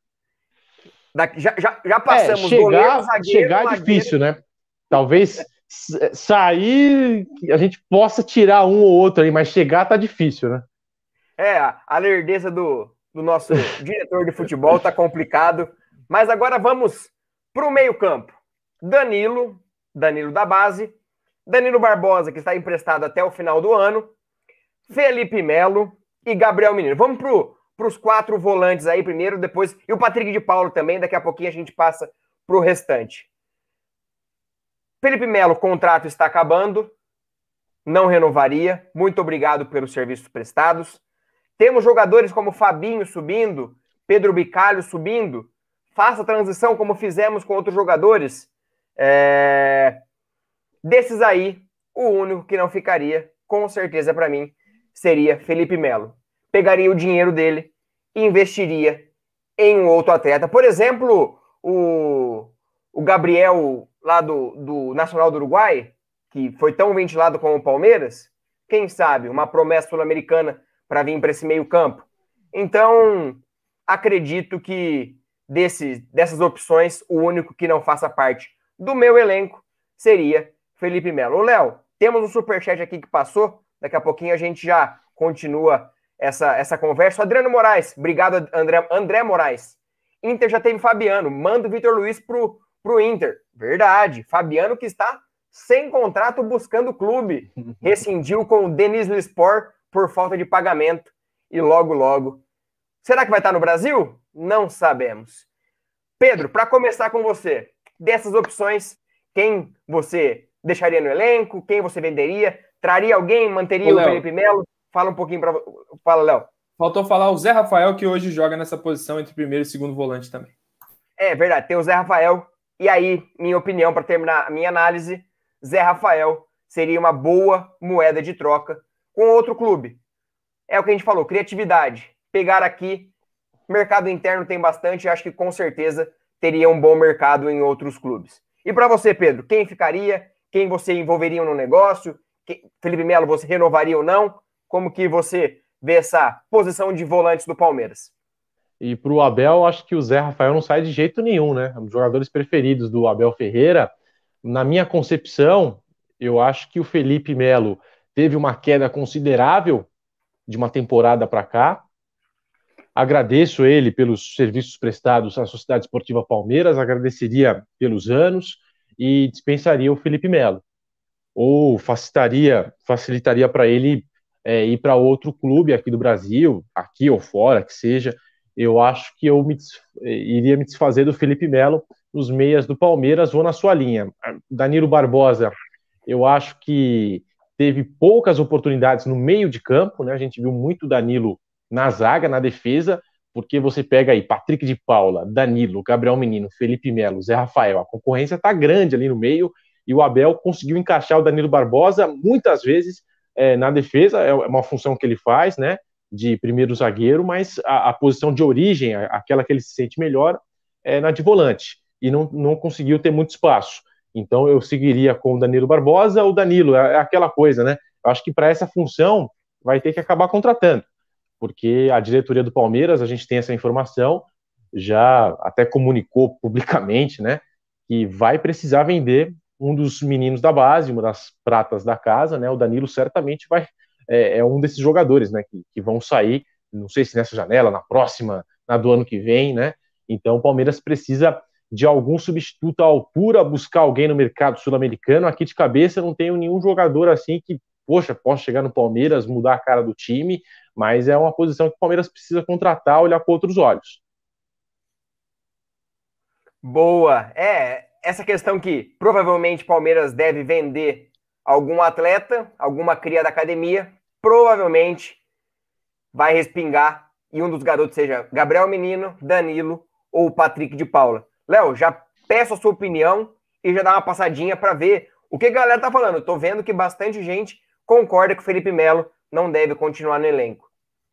S2: Já passamos
S4: goleiro, zagueiro, chegar é difícil, né? Talvez sair, a gente possa tirar um ou outro aí, mas chegar tá difícil, né?
S2: A lerdeza do nosso diretor de futebol tá complicado. Mas agora vamos para o meio-campo. Danilo da base, Danilo Barbosa, que está emprestado até o final do ano, Felipe Melo e Gabriel Menino. Vamos para os 4 volantes aí primeiro, depois, e o Patrick de Paulo também, daqui a pouquinho a gente passa para o restante. Felipe Melo, o contrato está acabando, não renovaria, muito obrigado pelos serviços prestados. Temos jogadores como Fabinho subindo, Pedro Bicalho subindo, faça a transição como fizemos com outros jogadores. Desses aí, o único que não ficaria, com certeza para mim, seria Felipe Melo. Pegaria o dinheiro dele e investiria em um outro atleta. Por exemplo, o Gabriel lá do Nacional do Uruguai, que foi tão ventilado como o Palmeiras, quem sabe, uma promessa sul-americana para vir para esse meio campo. Então, acredito que dessas opções, o único que não faça parte do meu elenco seria Felipe Melo. Ô, Léo, temos um superchat aqui que passou, daqui a pouquinho a gente já continua essa conversa. O Adriano Moraes, obrigado, André Moraes. Inter já teve Fabiano, manda o Vitor Luiz pro Inter. Verdade, Fabiano que está sem contrato buscando clube. Rescindiu com o Denis Lispor por falta de pagamento e logo. Será que vai estar no Brasil? Não sabemos. Pedro, para começar com você, dessas opções, quem você deixaria no elenco? Quem você venderia? Traria alguém? Manteria o Felipe Melo? Fala um pouquinho para... Fala, Léo.
S3: Faltou falar o Zé Rafael, que hoje joga nessa posição entre primeiro e segundo volante também.
S2: É verdade, tem o Zé Rafael. E aí, minha opinião, para terminar a minha análise, Zé Rafael seria uma boa moeda de troca com outro clube. É o que a gente falou, criatividade. Pegar aqui, mercado interno tem bastante, acho que com certeza teria um bom mercado em outros clubes. E para você, Pedro, quem ficaria? Quem você envolveria no negócio? Felipe Melo, você renovaria ou não? Como que você vê essa posição de volantes do Palmeiras?
S4: E pro Abel, acho que o Zé Rafael não sai de jeito nenhum, né? Um dos jogadores preferidos do Abel Ferreira. Na minha concepção, eu acho que o Felipe Melo teve uma queda considerável de uma temporada para cá. Agradeço ele pelos serviços prestados à Sociedade Esportiva Palmeiras, agradeceria pelos anos e dispensaria o Felipe Melo. Ou facilitaria para ele ir para outro clube aqui do Brasil, aqui ou fora, que seja. Eu acho que eu iria me desfazer do Felipe Melo nos meias do Palmeiras ou na sua linha. Danilo Barbosa, eu acho que teve poucas oportunidades no meio de campo, né? A gente viu muito Danilo na zaga, na defesa, porque você pega aí Patrick de Paula, Danilo, Gabriel Menino, Felipe Melo, Zé Rafael, a concorrência está grande ali no meio, e o Abel conseguiu encaixar o Danilo Barbosa muitas vezes na defesa, é uma função que ele faz, né, de primeiro zagueiro, mas a posição de origem, aquela que ele se sente melhor, é na de volante, e não conseguiu ter muito espaço. Então eu seguiria com o Danilo Barbosa. O Danilo é aquela coisa, né? Eu acho que para essa função vai ter que acabar contratando, porque a diretoria do Palmeiras, a gente tem essa informação, já até comunicou publicamente, né, que vai precisar vender um dos meninos da base, uma das pratas da casa, né? O Danilo certamente é um desses jogadores, né, que vão sair, não sei se nessa janela, na próxima, na do ano que vem, né? Então o Palmeiras precisa de algum substituto à altura, buscar alguém no mercado sul-americano. Aqui de cabeça não tenho nenhum jogador assim que, poxa, posso chegar no Palmeiras, mudar a cara do time, mas é uma posição que o Palmeiras precisa contratar, olhar com outros olhos.
S2: Boa. Essa questão que provavelmente o Palmeiras deve vender algum atleta, alguma cria da academia, provavelmente vai respingar e um dos garotos seja Gabriel Menino, Danilo ou Patrick de Paula. Léo, já peço a sua opinião e já dá uma passadinha para ver o que a galera tá falando. Eu tô vendo que bastante gente concorda que o Felipe Melo não deve continuar no elenco.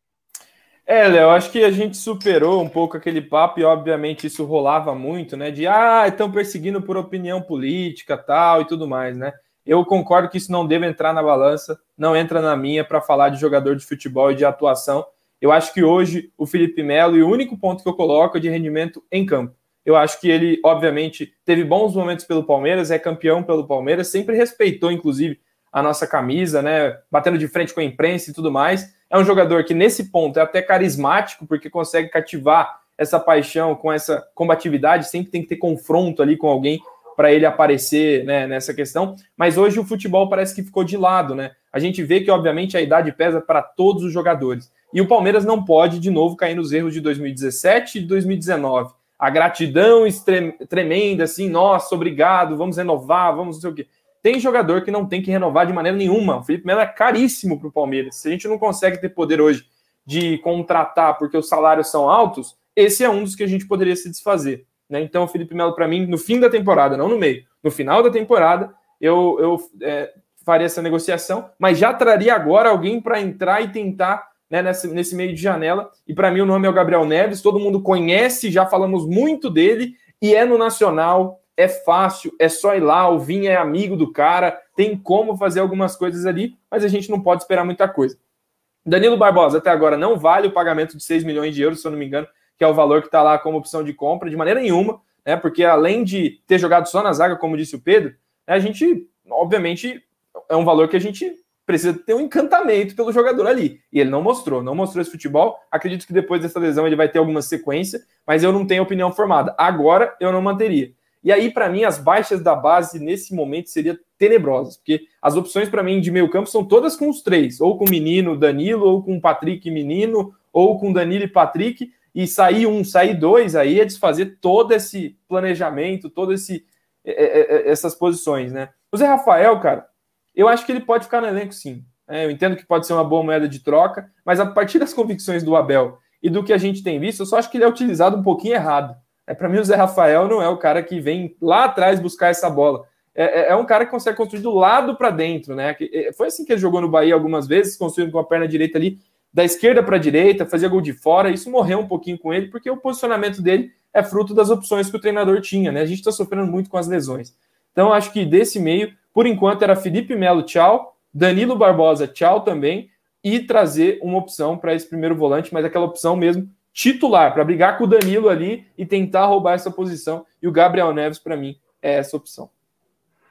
S3: Léo, acho que a gente superou um pouco aquele papo e, obviamente, isso rolava muito, né? De, estão perseguindo por opinião política, tal e tudo mais, né? Eu concordo que isso não deve entrar na balança, não entra na minha para falar de jogador de futebol e de atuação. Eu acho que hoje o Felipe Melo, e o único ponto que eu coloco é de rendimento em campo. Eu acho que ele, obviamente, teve bons momentos pelo Palmeiras, é campeão pelo Palmeiras, sempre respeitou, inclusive, a nossa camisa, né? Batendo de frente com a imprensa e tudo mais. É um jogador que, nesse ponto, é até carismático, porque consegue cativar essa paixão com essa combatividade, sempre tem que ter confronto ali com alguém para ele aparecer, né, nessa questão. Mas hoje o futebol parece que ficou de lado, né? A gente vê que, obviamente, a idade pesa para todos os jogadores. E o Palmeiras não pode, de novo, cair nos erros de 2017 e de 2019. A gratidão tremenda, assim, nossa, obrigado, vamos renovar, vamos não sei o quê. Tem jogador que não tem que renovar de maneira nenhuma. O Felipe Melo é caríssimo para o Palmeiras. Se a gente não consegue ter poder hoje de contratar porque os salários são altos, esse é um dos que a gente poderia se desfazer, né? Então o Felipe Melo, para mim, no fim da temporada, não no meio, no final da temporada, eu faria essa negociação, mas já traria agora alguém para entrar e tentar, né, nesse meio de janela. E para mim o nome é o Gabriel Neves, todo mundo conhece, já falamos muito dele, e é no Nacional, é fácil, é só ir lá, o Vinha é amigo do cara, tem como fazer algumas coisas ali, mas a gente não pode esperar muita coisa. Danilo Barbosa, até agora, não vale o pagamento de 6 milhões de euros, se eu não me engano, que é o valor que está lá como opção de compra, de maneira nenhuma, né? Porque além de ter jogado só na zaga, como disse o Pedro, né, a gente, obviamente, é um valor que a gente precisa ter um encantamento pelo jogador ali. E ele não mostrou esse futebol. Acredito que depois dessa lesão ele vai ter alguma sequência, mas eu não tenho opinião formada. Agora eu não manteria. E aí, para mim, as baixas da base nesse momento seriam tenebrosas, porque as opções para mim de meio campo são todas com os três, ou com o Menino, Danilo, ou com Patrick e Menino, ou com Danilo e Patrick, e sair um, sair dois, aí é desfazer todo esse planejamento, essas posições, né? O Zé Rafael, cara, eu acho que ele pode ficar no elenco, sim. Eu entendo que pode ser uma boa moeda de troca, mas a partir das convicções do Abel e do que a gente tem visto, eu só acho que ele é utilizado um pouquinho errado. Para mim, o Zé Rafael não é o cara que vem lá atrás buscar essa bola. É um cara que consegue construir do lado para dentro, né? Foi assim que ele jogou no Bahia algumas vezes, construindo com a perna direita ali, da esquerda para a direita, fazia gol de fora. Isso morreu um pouquinho com ele, porque o posicionamento dele é fruto das opções que o treinador tinha, né? A gente está sofrendo muito com as lesões. Então, acho que desse meio, por enquanto, era Felipe Melo, tchau, Danilo Barbosa, tchau também, e trazer uma opção para esse primeiro volante, mas aquela opção mesmo titular, para brigar com o Danilo ali e tentar roubar essa posição. E o Gabriel Neves, para mim, é essa opção.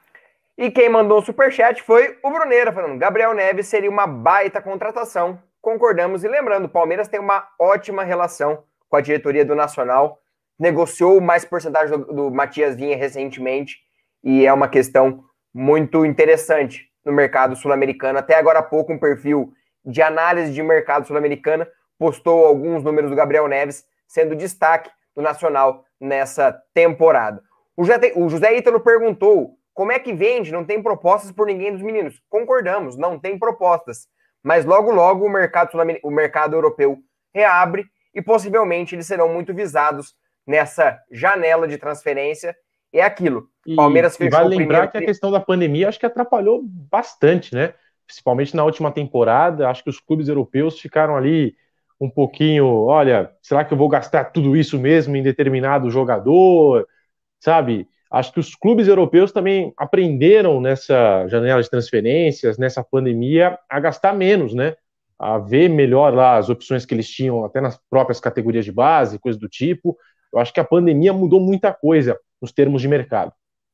S2: E quem mandou o superchat foi o Bruneira, falando: Gabriel Neves seria uma baita contratação. Concordamos. E lembrando, o Palmeiras tem uma ótima relação com a diretoria do Nacional. Negociou mais porcentagem do Matias Vinha recentemente. E é uma questão muito interessante no mercado sul-americano. Até agora há pouco, um perfil de análise de mercado sul-americana postou alguns números do Gabriel Neves sendo destaque do Nacional nessa temporada. O José Ítalo perguntou: como é que vende? Não tem propostas por ninguém dos meninos. Concordamos, não tem propostas. Mas logo, logo o mercado europeu reabre e possivelmente eles serão muito visados nessa janela de transferência. É aquilo.
S4: Palmeiras fechou vale lembrar que a questão da pandemia acho que atrapalhou bastante, né? Principalmente na última temporada. Acho que os clubes europeus ficaram ali um pouquinho, olha, será que eu vou gastar tudo isso mesmo em determinado jogador? Sabe? Acho que os clubes europeus também aprenderam nessa janela de transferências, nessa pandemia, a gastar menos, né? A ver melhor lá as opções que eles tinham, até nas próprias categorias de base, coisa do tipo. Eu acho que a pandemia mudou muita coisa nos termos de mercado.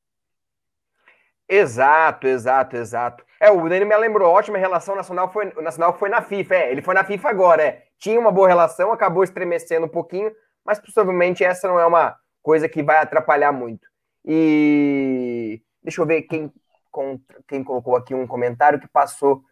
S2: Exato. O Dani me lembrou, ótima relação nacional foi na FIFA, ele foi na FIFA agora, Tinha uma boa relação, acabou estremecendo um pouquinho, mas possivelmente essa não é uma coisa que vai atrapalhar muito. E deixa eu ver quem colocou aqui um comentário que passou.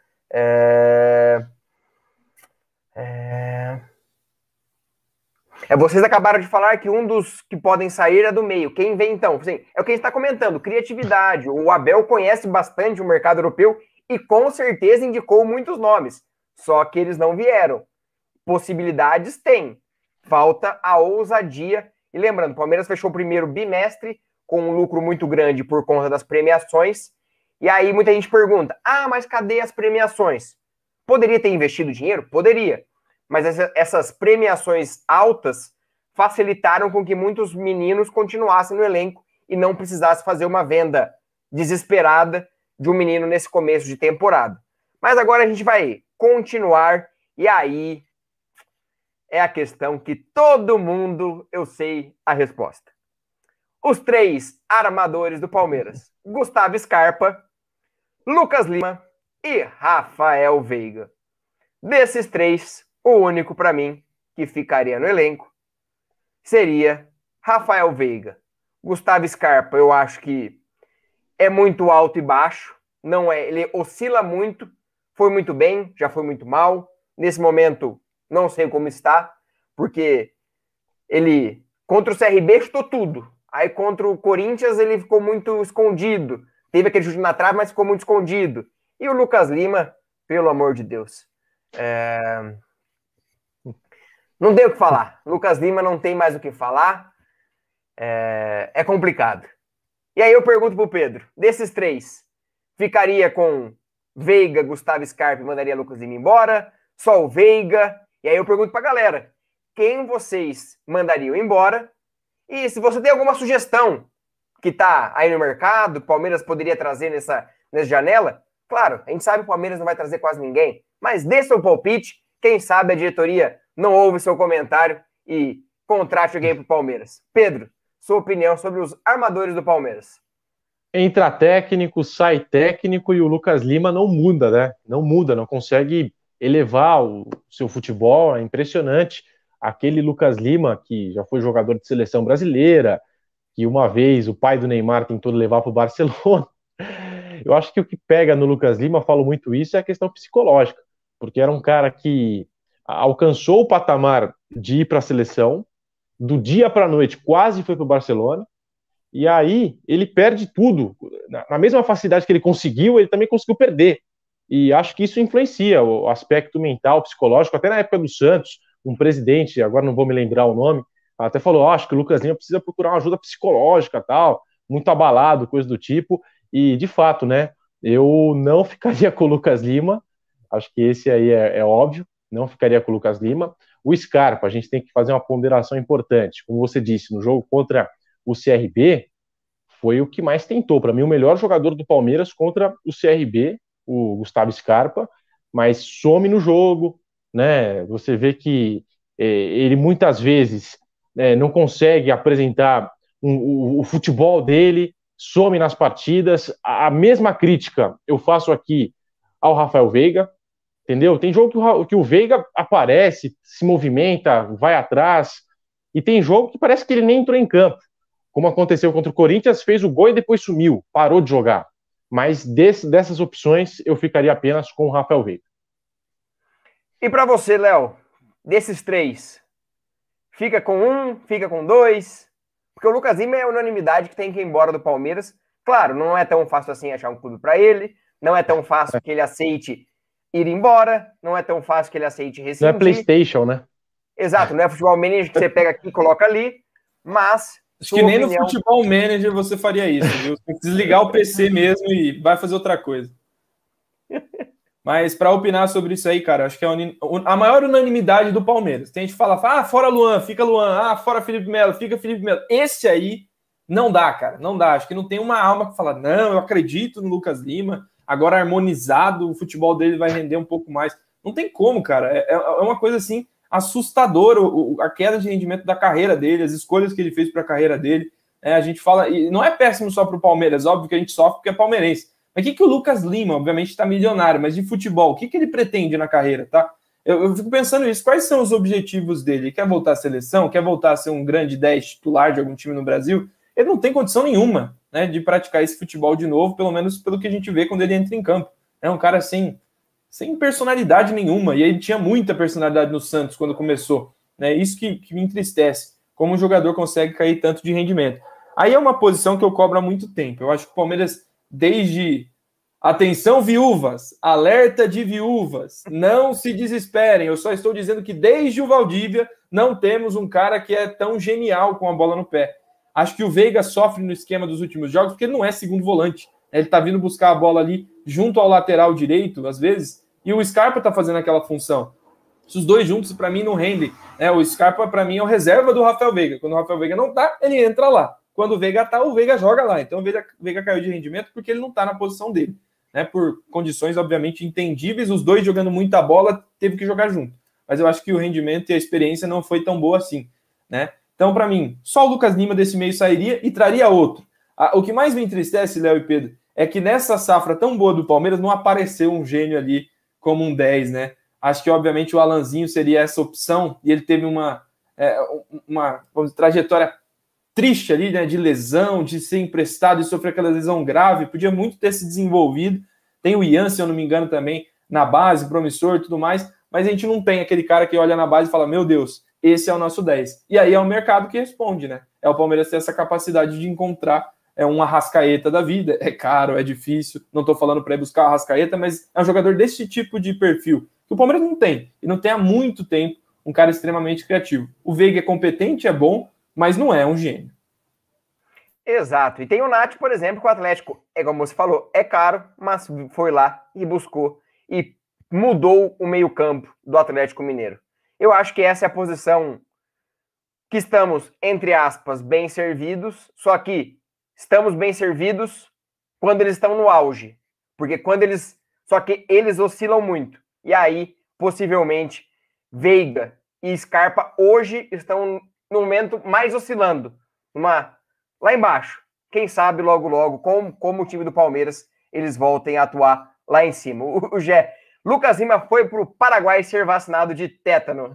S2: Vocês acabaram de falar que um dos que podem sair é do meio. Quem vem então? Assim, é o que a gente está comentando, criatividade. O Abel conhece bastante o mercado europeu e com certeza indicou muitos nomes. Só que eles não vieram. Possibilidades tem. Falta a ousadia. E lembrando, o Palmeiras fechou o primeiro bimestre com um lucro muito grande por conta das premiações. E aí muita gente pergunta: mas cadê as premiações? Poderia ter investido dinheiro? Poderia. Mas essas premiações altas facilitaram com que muitos meninos continuassem no elenco e não precisasse fazer uma venda desesperada de um menino nesse começo de temporada. Mas agora a gente vai continuar, e aí é a questão que todo mundo, eu sei a resposta. Os 3 armadores do Palmeiras: Gustavo Scarpa, Lucas Lima e Rafael Veiga. Desses 3, o único para mim que ficaria no elenco seria Rafael Veiga. Gustavo Scarpa, eu acho que é muito alto e baixo, não é, ele oscila muito, foi muito bem, já foi muito mal. Nesse momento, não sei como está, porque ele contra o CRB chutou tudo. Aí contra o Corinthians ele ficou muito escondido. Teve aquele chute na trave, mas ficou muito escondido. E o Lucas Lima, pelo amor de Deus, não tem o que falar. Lucas Lima não tem mais o que falar. É complicado. E aí eu pergunto pro Pedro: desses 3, ficaria com Veiga, Gustavo Scarpa e mandaria Lucas Lima embora? Só o Veiga? E aí eu pergunto pra galera: quem vocês mandariam embora? E se você tem alguma sugestão que tá aí no mercado, o Palmeiras poderia trazer nessa janela, claro, a gente sabe que o Palmeiras não vai trazer quase ninguém, mas dê seu palpite, quem sabe a diretoria não ouve seu comentário e contrate alguém pro Palmeiras. Pedro, sua opinião sobre os armadores do Palmeiras.
S4: Entra técnico, sai técnico e o Lucas Lima não muda, né? Não muda, não consegue elevar o seu futebol, é impressionante. Aquele Lucas Lima, que já foi jogador de seleção brasileira, que uma vez o pai do Neymar tentou levar para o Barcelona. Eu acho que o que pega no Lucas Lima, falo muito isso, é a questão psicológica, porque era um cara que alcançou o patamar de ir para a seleção, do dia para a noite quase foi para o Barcelona, e aí ele perde tudo. Na mesma facilidade que ele conseguiu, ele também conseguiu perder. E acho que isso influencia o aspecto mental, psicológico. Até na época do Santos, um presidente, agora não vou me lembrar o nome, até falou: acho que o Lucas Lima precisa procurar uma ajuda psicológica, tal, muito abalado, coisa do tipo. E, de fato, né, eu não ficaria com o Lucas Lima, acho que esse aí é óbvio, não ficaria com o Lucas Lima. O Scarpa, a gente tem que fazer uma ponderação importante. Como você disse, no jogo contra o CRB, foi o que mais tentou. Para mim, o melhor jogador do Palmeiras contra o CRB, o Gustavo Scarpa, mas some no jogo, né? Você vê que ele muitas vezes não consegue apresentar o futebol dele, some nas partidas. A mesma crítica eu faço aqui ao Rafael Veiga, entendeu? Tem jogo que o Veiga aparece, se movimenta, vai atrás, e tem jogo que parece que ele nem entrou em campo, como aconteceu contra o Corinthians, fez o gol e depois sumiu, parou de jogar. Mas dessas opções, eu ficaria apenas com o Rafael Veiga.
S2: E para você, Léo, desses 3, fica com 1, fica com 2? Porque o Lucas Lima é a unanimidade que tem que ir embora do Palmeiras. Claro, não é tão fácil assim achar um clube para ele, não é tão fácil que ele aceite ir embora, não é tão fácil que ele aceite rescindir.
S4: Não é PlayStation, né?
S2: Exato, não é Futebol Manager que você pega aqui e coloca ali, mas...
S3: Acho que nem no Futebol Manager você faria isso, viu? Você tem que desligar o PC mesmo e vai fazer outra coisa. Mas para opinar sobre isso aí, cara, acho que é a maior unanimidade do Palmeiras. Tem gente que fala, fora Luan, fica Luan, fora Felipe Melo, fica Felipe Melo. Esse aí não dá, cara, não dá. Acho que não tem uma alma que fala, não, eu acredito no Lucas Lima, agora harmonizado, o futebol dele vai render um pouco mais. Não tem como, cara. É uma coisa assim assustadora a queda de rendimento da carreira dele, as escolhas que ele fez para a carreira dele. A gente fala, e não é péssimo só para o Palmeiras, óbvio que a gente sofre porque é palmeirense. Mas o que o Lucas Lima, obviamente, está milionário, mas de futebol, o que ele pretende na carreira, tá? Eu fico pensando nisso, quais são os objetivos dele? Ele quer voltar à seleção? Quer voltar a ser um grande 10 titular de algum time no Brasil? Ele não tem condição nenhuma, né, de praticar esse futebol de novo, pelo menos pelo que a gente vê quando ele entra em campo. É um cara sem personalidade nenhuma, e ele tinha muita personalidade no Santos quando começou, né? Isso que me entristece, como um jogador consegue cair tanto de rendimento. Aí é uma posição que eu cobro há muito tempo. Eu acho que o Palmeiras, desde... Atenção, viúvas, alerta de viúvas, não se desesperem, eu só estou dizendo que desde o Valdívia não temos um cara que é tão genial com a bola no pé. Acho que o Veiga sofre no esquema dos últimos jogos porque ele não é segundo volante, ele está vindo buscar a bola ali junto ao lateral direito, às vezes, e o Scarpa está fazendo aquela função. Os dois juntos, para mim, não rendem. O Scarpa, para mim, é o reserva do Rafael Veiga. Quando o Rafael Veiga não tá, ele entra lá. Quando o Veiga tá, o Veiga joga lá. Então o Veiga caiu de rendimento porque ele não tá na posição dele. Por condições, obviamente, entendíveis, os dois jogando muita bola, teve que jogar junto. Mas eu acho que o rendimento e a experiência não foi tão boa assim, né? Então, para mim, só o Lucas Lima desse meio sairia e traria outro. O que mais me entristece, Léo e Pedro, é que nessa safra tão boa do Palmeiras não apareceu um gênio ali como um 10, né? Acho que, obviamente, o Alanzinho seria essa opção e ele teve uma trajetória triste ali, né, de lesão, de ser emprestado e sofrer aquela lesão grave, podia muito ter se desenvolvido. Tem o Ian, se eu não me engano, também na base, promissor e tudo mais, mas a gente não tem aquele cara que olha na base e fala, meu Deus, esse é o nosso 10. E aí é o mercado que responde, né? É o Palmeiras ter essa capacidade de encontrar um Arrascaeta da vida. É caro, é difícil, não tô falando para ir buscar o Arrascaeta, mas é um jogador desse tipo de perfil, que o Palmeiras não tem, e não tem há muito tempo, um cara extremamente criativo. O Veiga é competente, é bom, mas não é um gênio.
S2: Exato. E tem o Nath, por exemplo, que o Atlético, como você falou, é caro, mas foi lá e buscou e mudou o meio-campo do Atlético Mineiro. Eu acho que essa é a posição que estamos, entre aspas, bem servidos, só que estamos bem servidos quando eles estão no auge. Porque só que eles oscilam muito. E aí, possivelmente, Veiga e Scarpa hoje estão no momento mais oscilando, lá embaixo. Quem sabe logo, logo, como o time do Palmeiras, eles voltem a atuar lá em cima. O Gé, Lucas Lima foi para o Paraguai ser vacinado de tétano.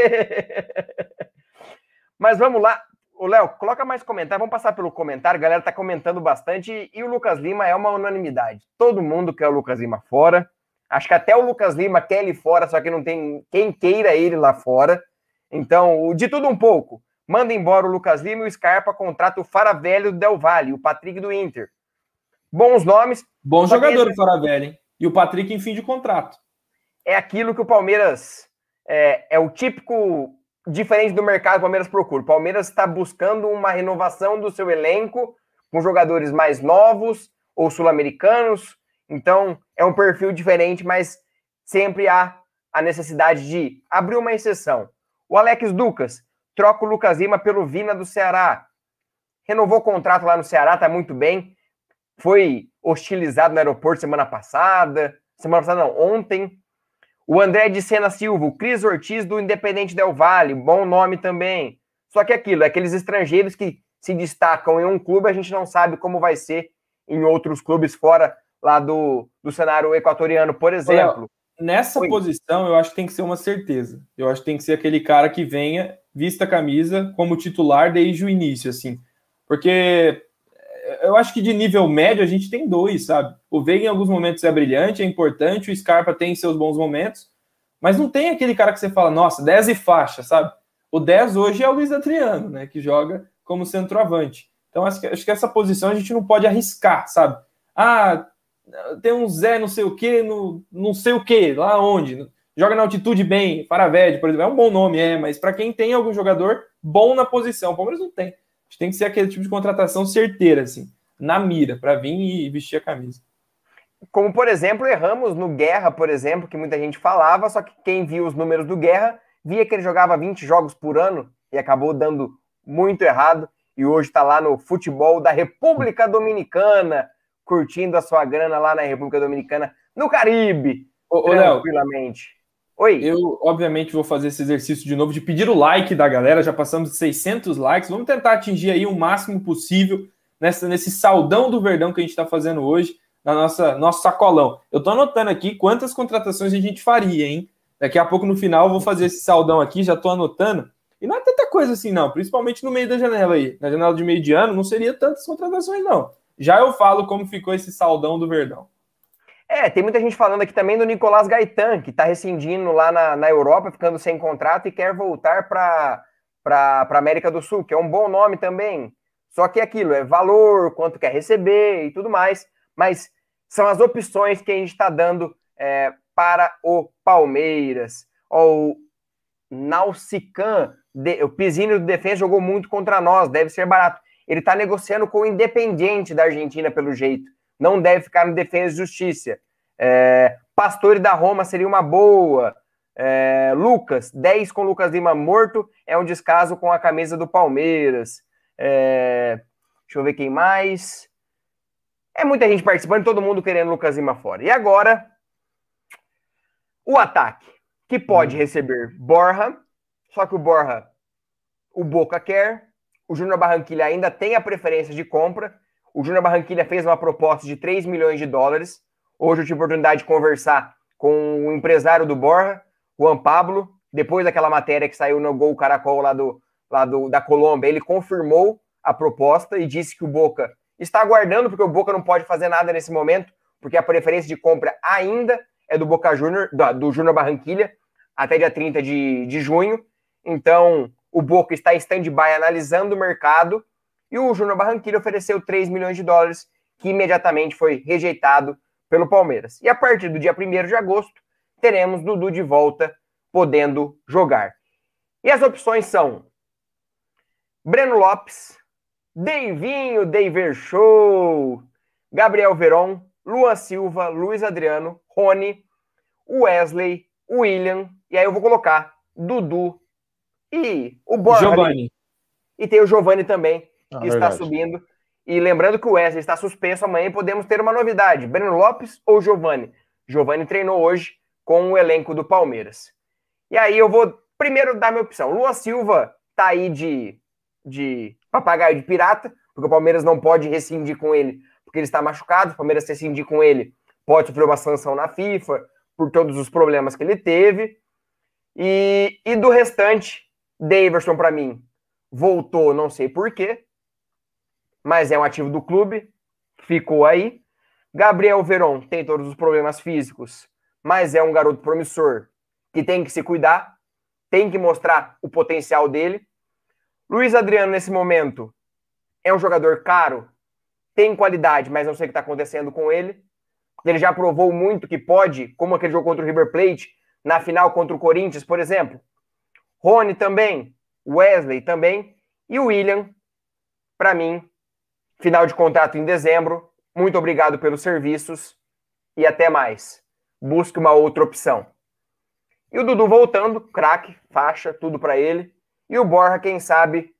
S2: Mas vamos lá. O Léo, coloca mais comentário. Vamos passar pelo comentário. A galera tá comentando bastante. E o Lucas Lima é uma unanimidade. Todo mundo quer o Lucas Lima fora. Acho que até o Lucas Lima quer ele fora, só que não tem quem queira ele lá fora. Então, de tudo um pouco. Manda embora o Lucas Lima e o Scarpa, contrata o Faravelli do Del Valle, o Patrick do Inter. Bons nomes.
S3: Bom jogador o Faravelli, hein? E o Patrick em fim de contrato.
S2: É aquilo que o Palmeiras... É o típico diferente do mercado que o Palmeiras procura. O Palmeiras está buscando uma renovação do seu elenco com jogadores mais novos ou sul-americanos. Então, é um perfil diferente, mas sempre há a necessidade de abrir uma exceção. O Alex Ducas troca o Lucas Lima pelo Vina do Ceará. Renovou o contrato lá no Ceará, tá muito bem. Foi hostilizado no aeroporto semana passada não, ontem. O André de Sena Silva, o Cris Ortiz do Independente Del Valle, bom nome também. Só que aquilo, é aqueles estrangeiros que se destacam em um clube, a gente não sabe como vai ser em outros clubes fora lá do cenário equatoriano, por exemplo.
S3: Nessa posição, eu acho que tem que ser uma certeza. Eu acho que tem que ser aquele cara que venha, vista a camisa como titular desde o início, assim. Porque eu acho que de nível médio a gente tem dois, sabe? O Veiga em alguns momentos é brilhante, é importante, o Scarpa tem seus bons momentos, mas não tem aquele cara que você fala, nossa, 10 e faixa, sabe? O 10 hoje é o Luiz Adriano, né? Que joga como centroavante. Então acho que essa posição a gente não pode arriscar, sabe? Tem um Zé não sei o quê, não sei o quê, lá onde? Joga na altitude bem, Paravede, por exemplo, é um bom nome, mas para quem tem algum jogador bom na posição, o Palmeiras não tem. A gente tem que ser aquele tipo de contratação certeira, assim, na mira, para vir e vestir a camisa.
S2: Como, por exemplo, erramos no Guerra, por exemplo, que muita gente falava, só que quem viu os números do Guerra via que ele jogava 20 jogos por ano e acabou dando muito errado, e hoje está lá no futebol da República Dominicana, curtindo a sua grana lá na República Dominicana, no Caribe, tranquilamente. Oi.
S3: Eu, obviamente, vou fazer esse exercício de novo de pedir o like da galera, já passamos de 600 likes, vamos tentar atingir aí o máximo possível nesse saldão do Verdão que a gente está fazendo hoje, na nosso sacolão. Eu estou anotando aqui quantas contratações a gente faria, hein? Daqui a pouco, no final, eu vou fazer esse saldão aqui, já estou anotando, e não é tanta coisa assim, não, principalmente no meio da janela aí, na janela de meio de ano, não seria tantas contratações, não. Já eu falo como ficou esse saldão do Verdão.
S2: Tem muita gente falando aqui também do Nicolás Gaetan, que está rescindindo lá na Europa, ficando sem contrato e quer voltar para América do Sul, que é um bom nome também. Só que aquilo é valor, quanto quer receber e tudo mais, mas são as opções que a gente está dando para o Palmeiras. O Nausican, o Pizinho do Defensa jogou muito contra nós, deve ser barato. Ele está negociando com o Independiente da Argentina, pelo jeito. Não deve ficar no Defesa e Justiça. Pastore da Roma seria uma boa. Lucas, 10 com Lucas Lima morto, é um descaso com a camisa do Palmeiras. Deixa eu ver quem mais. É muita gente participando, todo mundo querendo Lucas Lima fora. E agora, o ataque, que pode receber Borja, só que o Borja, o Boca quer. O Júnior Barranquilla ainda tem a preferência de compra. O Júnior Barranquilla fez uma proposta de 3 milhões de dólares. Hoje eu tive a oportunidade de conversar com o empresário do Borja, Juan Pablo, depois daquela matéria que saiu no Gol Caracol da Colômbia. Ele confirmou a proposta e disse que o Boca está aguardando, porque o Boca não pode fazer nada nesse momento, porque a preferência de compra ainda é do Boca Júnior, do Júnior Barranquilla, até dia 30 de junho. Então, o Boca está em stand-by analisando o mercado e o Júnior Barranquilla ofereceu 3 milhões de dólares, que imediatamente foi rejeitado pelo Palmeiras. E a partir do dia 1º de agosto, teremos Dudu de volta, podendo jogar. E as opções são Breno Lopes, Deivinho, Deiver Show, Gabriel Veron, Luan Silva, Luiz Adriano, Rony, Wesley, William, e aí eu vou colocar Dudu e o Borja.
S3: Giovani.
S2: E tem o Giovani também, que está
S4: verdade.
S2: subindo. E lembrando que o Wesley está suspenso amanhã e podemos ter uma novidade. Breno Lopes ou Giovani? Giovani treinou hoje com o elenco do Palmeiras. E aí eu vou primeiro dar minha opção. Luan Silva tá aí de papagaio de pirata, porque o Palmeiras não pode rescindir com ele, porque ele está machucado. O Palmeiras rescindir com ele pode sofrer uma sanção na FIFA por todos os problemas que ele teve. E do restante, Daverson, para mim, voltou, não sei porquê, mas é um ativo do clube, ficou aí. Gabriel Veron tem todos os problemas físicos, mas é um garoto promissor que tem que se cuidar, tem que mostrar o potencial dele. Luiz Adriano, nesse momento, é um jogador caro, tem qualidade, mas não sei o que está acontecendo com ele. Ele já provou muito que pode, como aquele jogo contra o River Plate, na final contra o Corinthians, por exemplo. Rony também, Wesley também, e o William, para mim, final de contrato em dezembro. Muito obrigado pelos serviços e até mais. Busque uma outra opção. E o Dudu voltando, craque, faixa, tudo para ele. E o Borja, quem sabe,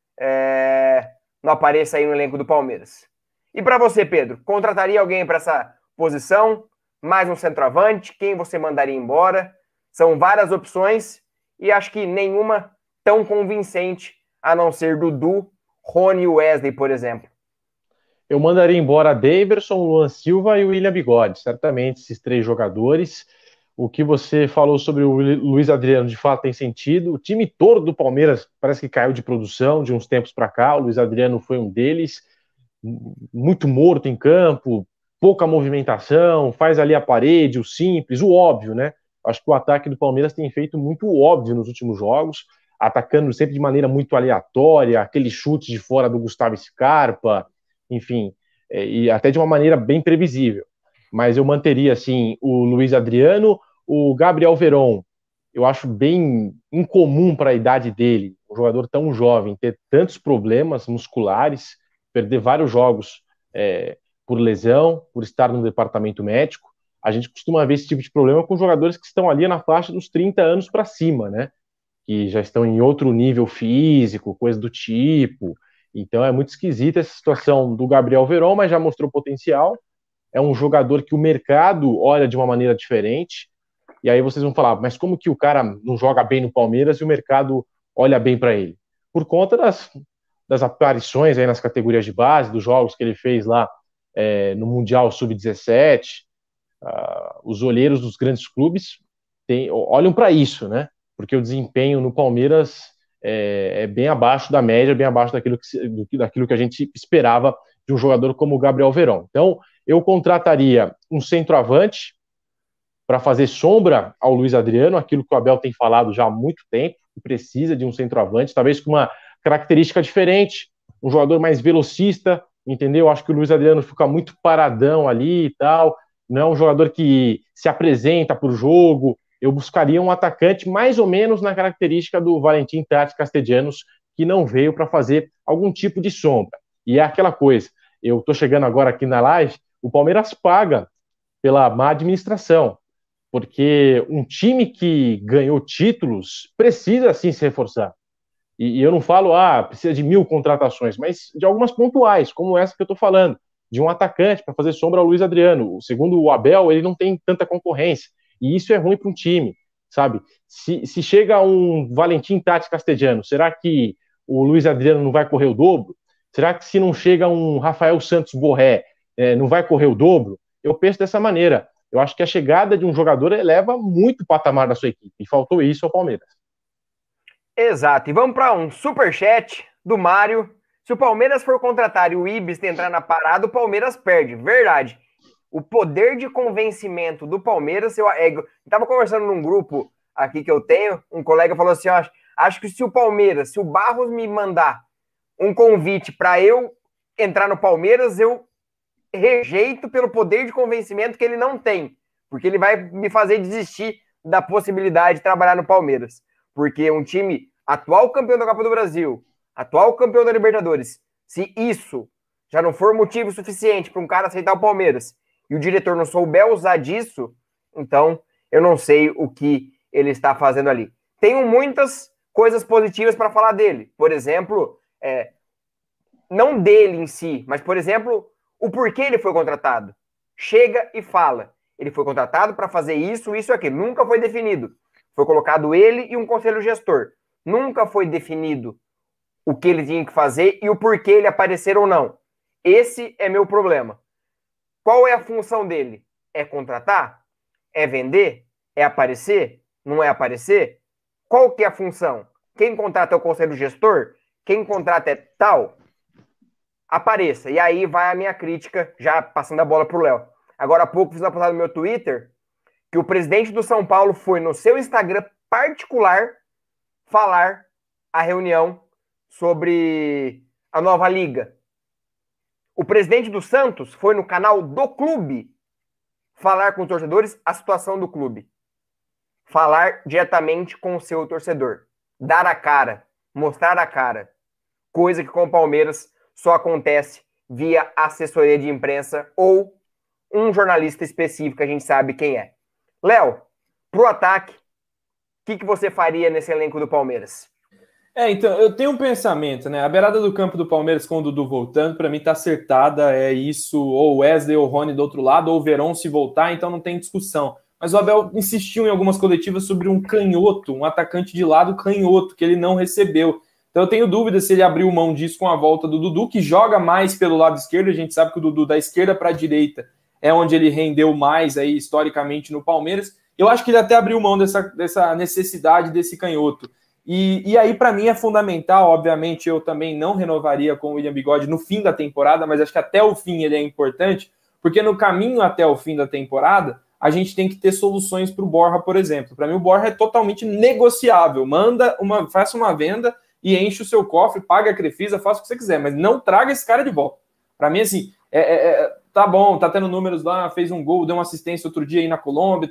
S2: não apareça aí no elenco do Palmeiras. E para você, Pedro, contrataria alguém para essa posição? Mais um centroavante? Quem você mandaria embora? São várias opções e acho que nenhuma tão convincente a não ser Dudu, Rony e Wesley, por exemplo?
S4: Eu mandaria embora Daverson, Luan Silva e o William Bigode, certamente, esses 3 jogadores. O que você falou sobre o Luiz Adriano, de fato, tem sentido. O time todo do Palmeiras parece que caiu de produção de uns tempos para cá. O Luiz Adriano foi um deles, muito morto em campo, pouca movimentação, faz ali a parede, o simples, o óbvio, né? Acho que o ataque do Palmeiras tem feito muito óbvio nos últimos jogos, atacando sempre de maneira muito aleatória, aquele chute de fora do Gustavo Scarpa, enfim, e até de uma maneira bem previsível. Mas eu manteria, assim, o Luiz Adriano, o Gabriel Veron. Eu acho bem incomum para a idade dele, um jogador tão jovem, ter tantos problemas musculares, perder vários jogos por lesão, por estar no departamento médico. A gente costuma ver esse tipo de problema com jogadores que estão ali na faixa dos 30 anos para cima, né? Que já estão em outro nível físico, coisa do tipo. Então é muito esquisita essa situação do Gabriel Veron, mas já mostrou potencial. É um jogador que o mercado olha de uma maneira diferente. E aí vocês vão falar, mas como que o cara não joga bem no Palmeiras e o mercado olha bem para ele? Por conta das aparições aí nas categorias de base, dos jogos que ele fez lá no Mundial Sub-17. Os olheiros dos grandes clubes olham para isso, né? Porque o desempenho no Palmeiras é bem abaixo da média, bem abaixo daquilo que a gente esperava de um jogador como o Gabriel Veron. Então, eu contrataria um centroavante para fazer sombra ao Luiz Adriano, aquilo que o Abel tem falado já há muito tempo, que precisa de um centroavante, talvez com uma característica diferente, um jogador mais velocista, entendeu? Acho que o Luiz Adriano fica muito paradão ali e tal, não é um jogador que se apresenta para o jogo. Eu buscaria um atacante mais ou menos na característica do Valentim Tati Castellanos, que não veio para fazer algum tipo de sombra. E é aquela coisa, eu estou chegando agora aqui na live, o Palmeiras paga pela má administração, porque um time que ganhou títulos precisa sim se reforçar. E eu não falo, precisa de 1000 contratações, mas de algumas pontuais, como essa que eu estou falando, de um atacante para fazer sombra ao Luiz Adriano. Segundo o Abel, ele não tem tanta concorrência. E isso é ruim para um time, sabe? Se chega um Valentim Tati Castellanos, será que o Luiz Adriano não vai correr o dobro? Será que se não chega um Rafael Santos Borré, não vai correr o dobro? Eu penso dessa maneira. Eu acho que a chegada de um jogador eleva muito o patamar da sua equipe. E faltou isso ao Palmeiras.
S2: Exato. E vamos para um superchat do Mário. Se o Palmeiras for contratar e o Ibis entrar na parada, o Palmeiras perde. Verdade. O poder de convencimento do Palmeiras... Eu estava conversando num grupo aqui que eu tenho, um colega falou assim, acho que se o Barros me mandar um convite para eu entrar no Palmeiras, eu rejeito pelo poder de convencimento que ele não tem, porque ele vai me fazer desistir da possibilidade de trabalhar no Palmeiras. Porque um time atual campeão da Copa do Brasil, atual campeão da Libertadores, se isso já não for motivo suficiente para um cara aceitar o Palmeiras e o diretor não souber usar disso, então eu não sei o que ele está fazendo ali. Tenho muitas coisas positivas para falar dele. Por exemplo, não dele em si, mas, por exemplo, o porquê ele foi contratado. Chega e fala. Ele foi contratado para fazer isso, isso e aquilo. Nunca foi definido. Foi colocado ele e um conselho gestor. Nunca foi definido o que ele tinha que fazer e o porquê ele aparecer ou não. Esse é meu problema. Qual é a função dele? É contratar? É vender? É aparecer? Não é aparecer? Qual que é a função? Quem contrata é o conselho gestor? Quem contrata é tal? Apareça. E aí vai a minha crítica, já passando a bola pro Léo. Agora há pouco fiz uma postagem no meu Twitter que o presidente do São Paulo foi no seu Instagram particular falar a reunião sobre a nova liga. O presidente do Santos foi no canal do clube falar com os torcedores a situação do clube. Falar diretamente com o seu torcedor. Dar a cara. Mostrar a cara. Coisa que com o Palmeiras só acontece via assessoria de imprensa ou um jornalista específico, a gente sabe quem é. Léo, pro ataque, o que você faria nesse elenco do Palmeiras?
S3: Então, eu tenho um pensamento, né? A beirada do campo do Palmeiras com o Dudu voltando, para mim tá acertada, é isso, ou Wesley ou Rony do outro lado, ou o Veron se voltar, então não tem discussão. Mas o Abel insistiu em algumas coletivas sobre um canhoto, um atacante de lado canhoto, que ele não recebeu. Então eu tenho dúvida se ele abriu mão disso com a volta do Dudu, que joga mais pelo lado esquerdo. A gente sabe que o Dudu da esquerda para a direita é onde ele rendeu mais aí historicamente no Palmeiras. Eu acho que ele até abriu mão dessa necessidade desse canhoto. E aí, para mim, é fundamental. Obviamente, eu também não renovaria com o William Bigode no fim da temporada, mas acho que até o fim ele é importante, porque no caminho até o fim da temporada, a gente tem que ter soluções para o Borja, por exemplo. Para mim, o Borja é totalmente negociável. Faça uma venda e enche o seu cofre, paga a Crefisa, faça o que você quiser, mas não traga esse cara de volta. Para mim, assim, tá bom, tá tendo números lá, fez um gol, deu uma assistência outro dia aí na Colômbia.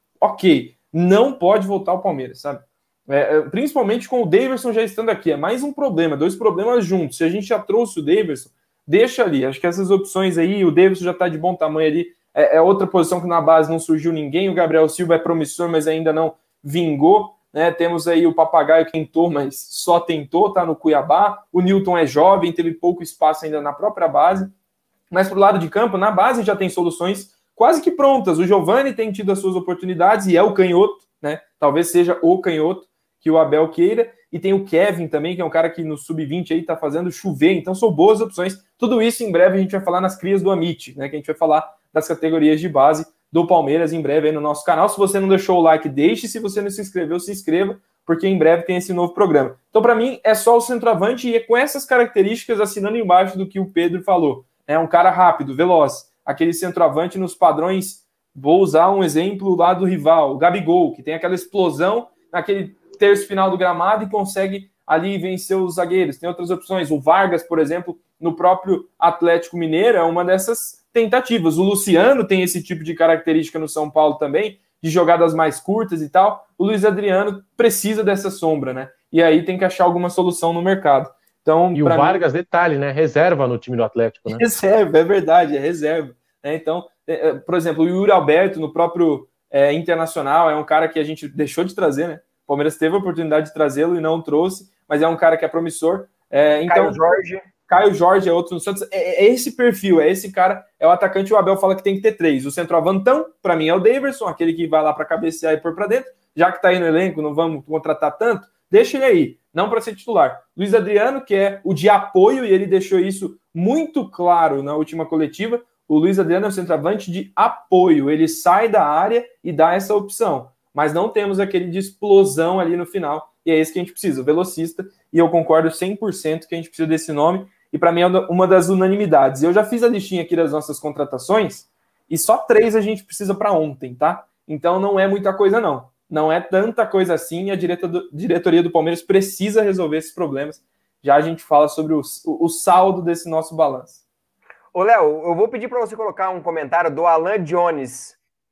S3: Ok, não pode voltar ao Palmeiras, sabe? Principalmente com o Daverson já estando aqui, é mais um problema, 2 problemas juntos. Se a gente já trouxe o Daverson, deixa ali. Acho que essas opções aí, o Daverson já tá de bom tamanho ali, é outra posição que na base não surgiu ninguém. O Gabriel Silva é promissor, mas ainda não vingou, né? Temos aí o Papagaio que tentou, mas só tentou, tá no Cuiabá. O Newton é jovem, teve pouco espaço ainda na própria base. Mas pro lado de campo, na base já tem soluções quase que prontas. O Giovani tem tido as suas oportunidades e é o canhoto, né? Talvez seja o canhoto que o Abel queira, e tem o Kevin também, que é um cara que no sub-20 aí tá fazendo chover, então são boas opções. Tudo isso em breve a gente vai falar nas crias do Amit, né, que a gente vai falar das categorias de base do Palmeiras em breve aí no nosso canal. Se você não deixou o like, deixe. Se você não se inscreveu, se inscreva, porque em breve tem esse novo programa. Então, para mim, é só o centroavante e é com essas características, assinando embaixo do que o Pedro falou. É um cara rápido, veloz, aquele centroavante nos padrões. Vou usar um exemplo lá do rival, o Gabigol, que tem aquela explosão naquele terço final do gramado e consegue ali vencer os zagueiros. Tem outras opções. O Vargas, por exemplo, no próprio Atlético Mineiro, é uma dessas tentativas. O Luciano tem esse tipo de característica no São Paulo também, de jogadas mais curtas e tal. O Luiz Adriano precisa dessa sombra, né? E aí tem que achar alguma solução no mercado. Então,
S4: e o Vargas, detalhe, né? Reserva no time do Atlético, né?
S3: Reserva, é verdade, é reserva. Então, por exemplo, o Yuri Alberto no próprio Internacional é um cara que a gente deixou de trazer, né? O Palmeiras teve a oportunidade de trazê-lo e não trouxe, mas é um cara que é promissor. Então, Caio Jorge é outro no Santos. É esse perfil, é esse cara, é o atacante. O Abel fala que tem que ter 3. O centroavantão, para mim, é o Daverson, aquele que vai lá para cabecear e pôr para dentro. Já que está aí no elenco, não vamos contratar tanto, deixa ele aí, não para ser titular. Luiz Adriano, que é o de apoio, e ele deixou isso muito claro na última coletiva. O Luiz Adriano é o centroavante de apoio. Ele sai da área e dá essa opção. Mas não temos aquele de explosão ali no final, e é esse que a gente precisa, o velocista, e eu concordo 100% que a gente precisa desse nome, e para mim é uma das unanimidades. Eu já fiz a listinha aqui das nossas contratações, e só 3 a gente precisa para ontem, tá? Então não é muita coisa não. Não é tanta coisa assim, a diretoria do Palmeiras precisa resolver esses problemas. Já a gente fala sobre o saldo desse nosso balanço.
S2: Ô, Léo, eu vou pedir para você colocar um comentário do Alan Jones.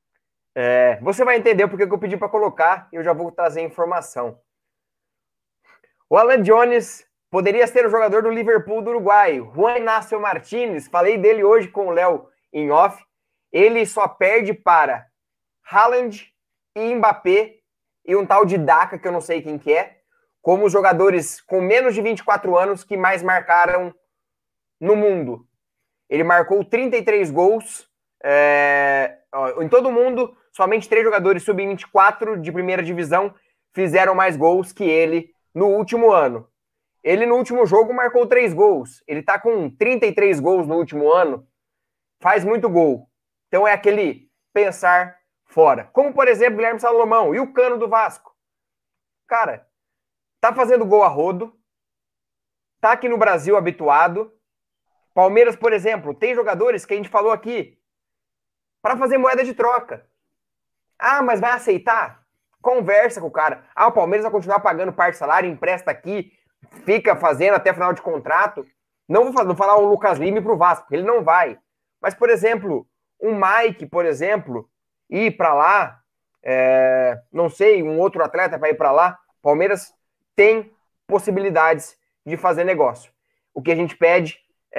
S2: Você vai entender porque que eu pedi para colocar e eu já vou trazer a informação. O Alan Jones poderia ser o jogador do Liverpool do Uruguai, Juan Inácio Martínez. Falei dele hoje com o Léo em off. Ele só perde para Haaland e Mbappé e um tal de Daka, que eu não sei quem que é, como os jogadores com menos de 24 anos que mais marcaram no mundo. Ele marcou 33 gols em todo o mundo. Somente 3 jogadores sub-24 de primeira divisão fizeram mais gols que ele no último ano. Ele no último jogo marcou 3 gols. Ele tá com 33 gols no último ano. Faz muito gol. Então é aquele pensar fora. Como, por exemplo, Guilherme Salomão e o Cano do Vasco. Cara, tá fazendo gol a rodo. Tá aqui no Brasil habituado. Palmeiras, por exemplo, tem jogadores que a gente falou aqui para fazer moeda de troca. Ah, mas vai aceitar? Conversa com o cara. Ah, o Palmeiras vai continuar pagando parte do salário, empresta aqui, fica fazendo até final de contrato. Não vou falar o Lucas Lima pro Vasco, ele não vai. Mas, por exemplo, o Mike, por exemplo, ir para lá, não sei, um outro atleta para ir para lá, Palmeiras tem possibilidades de fazer negócio. O que a gente pede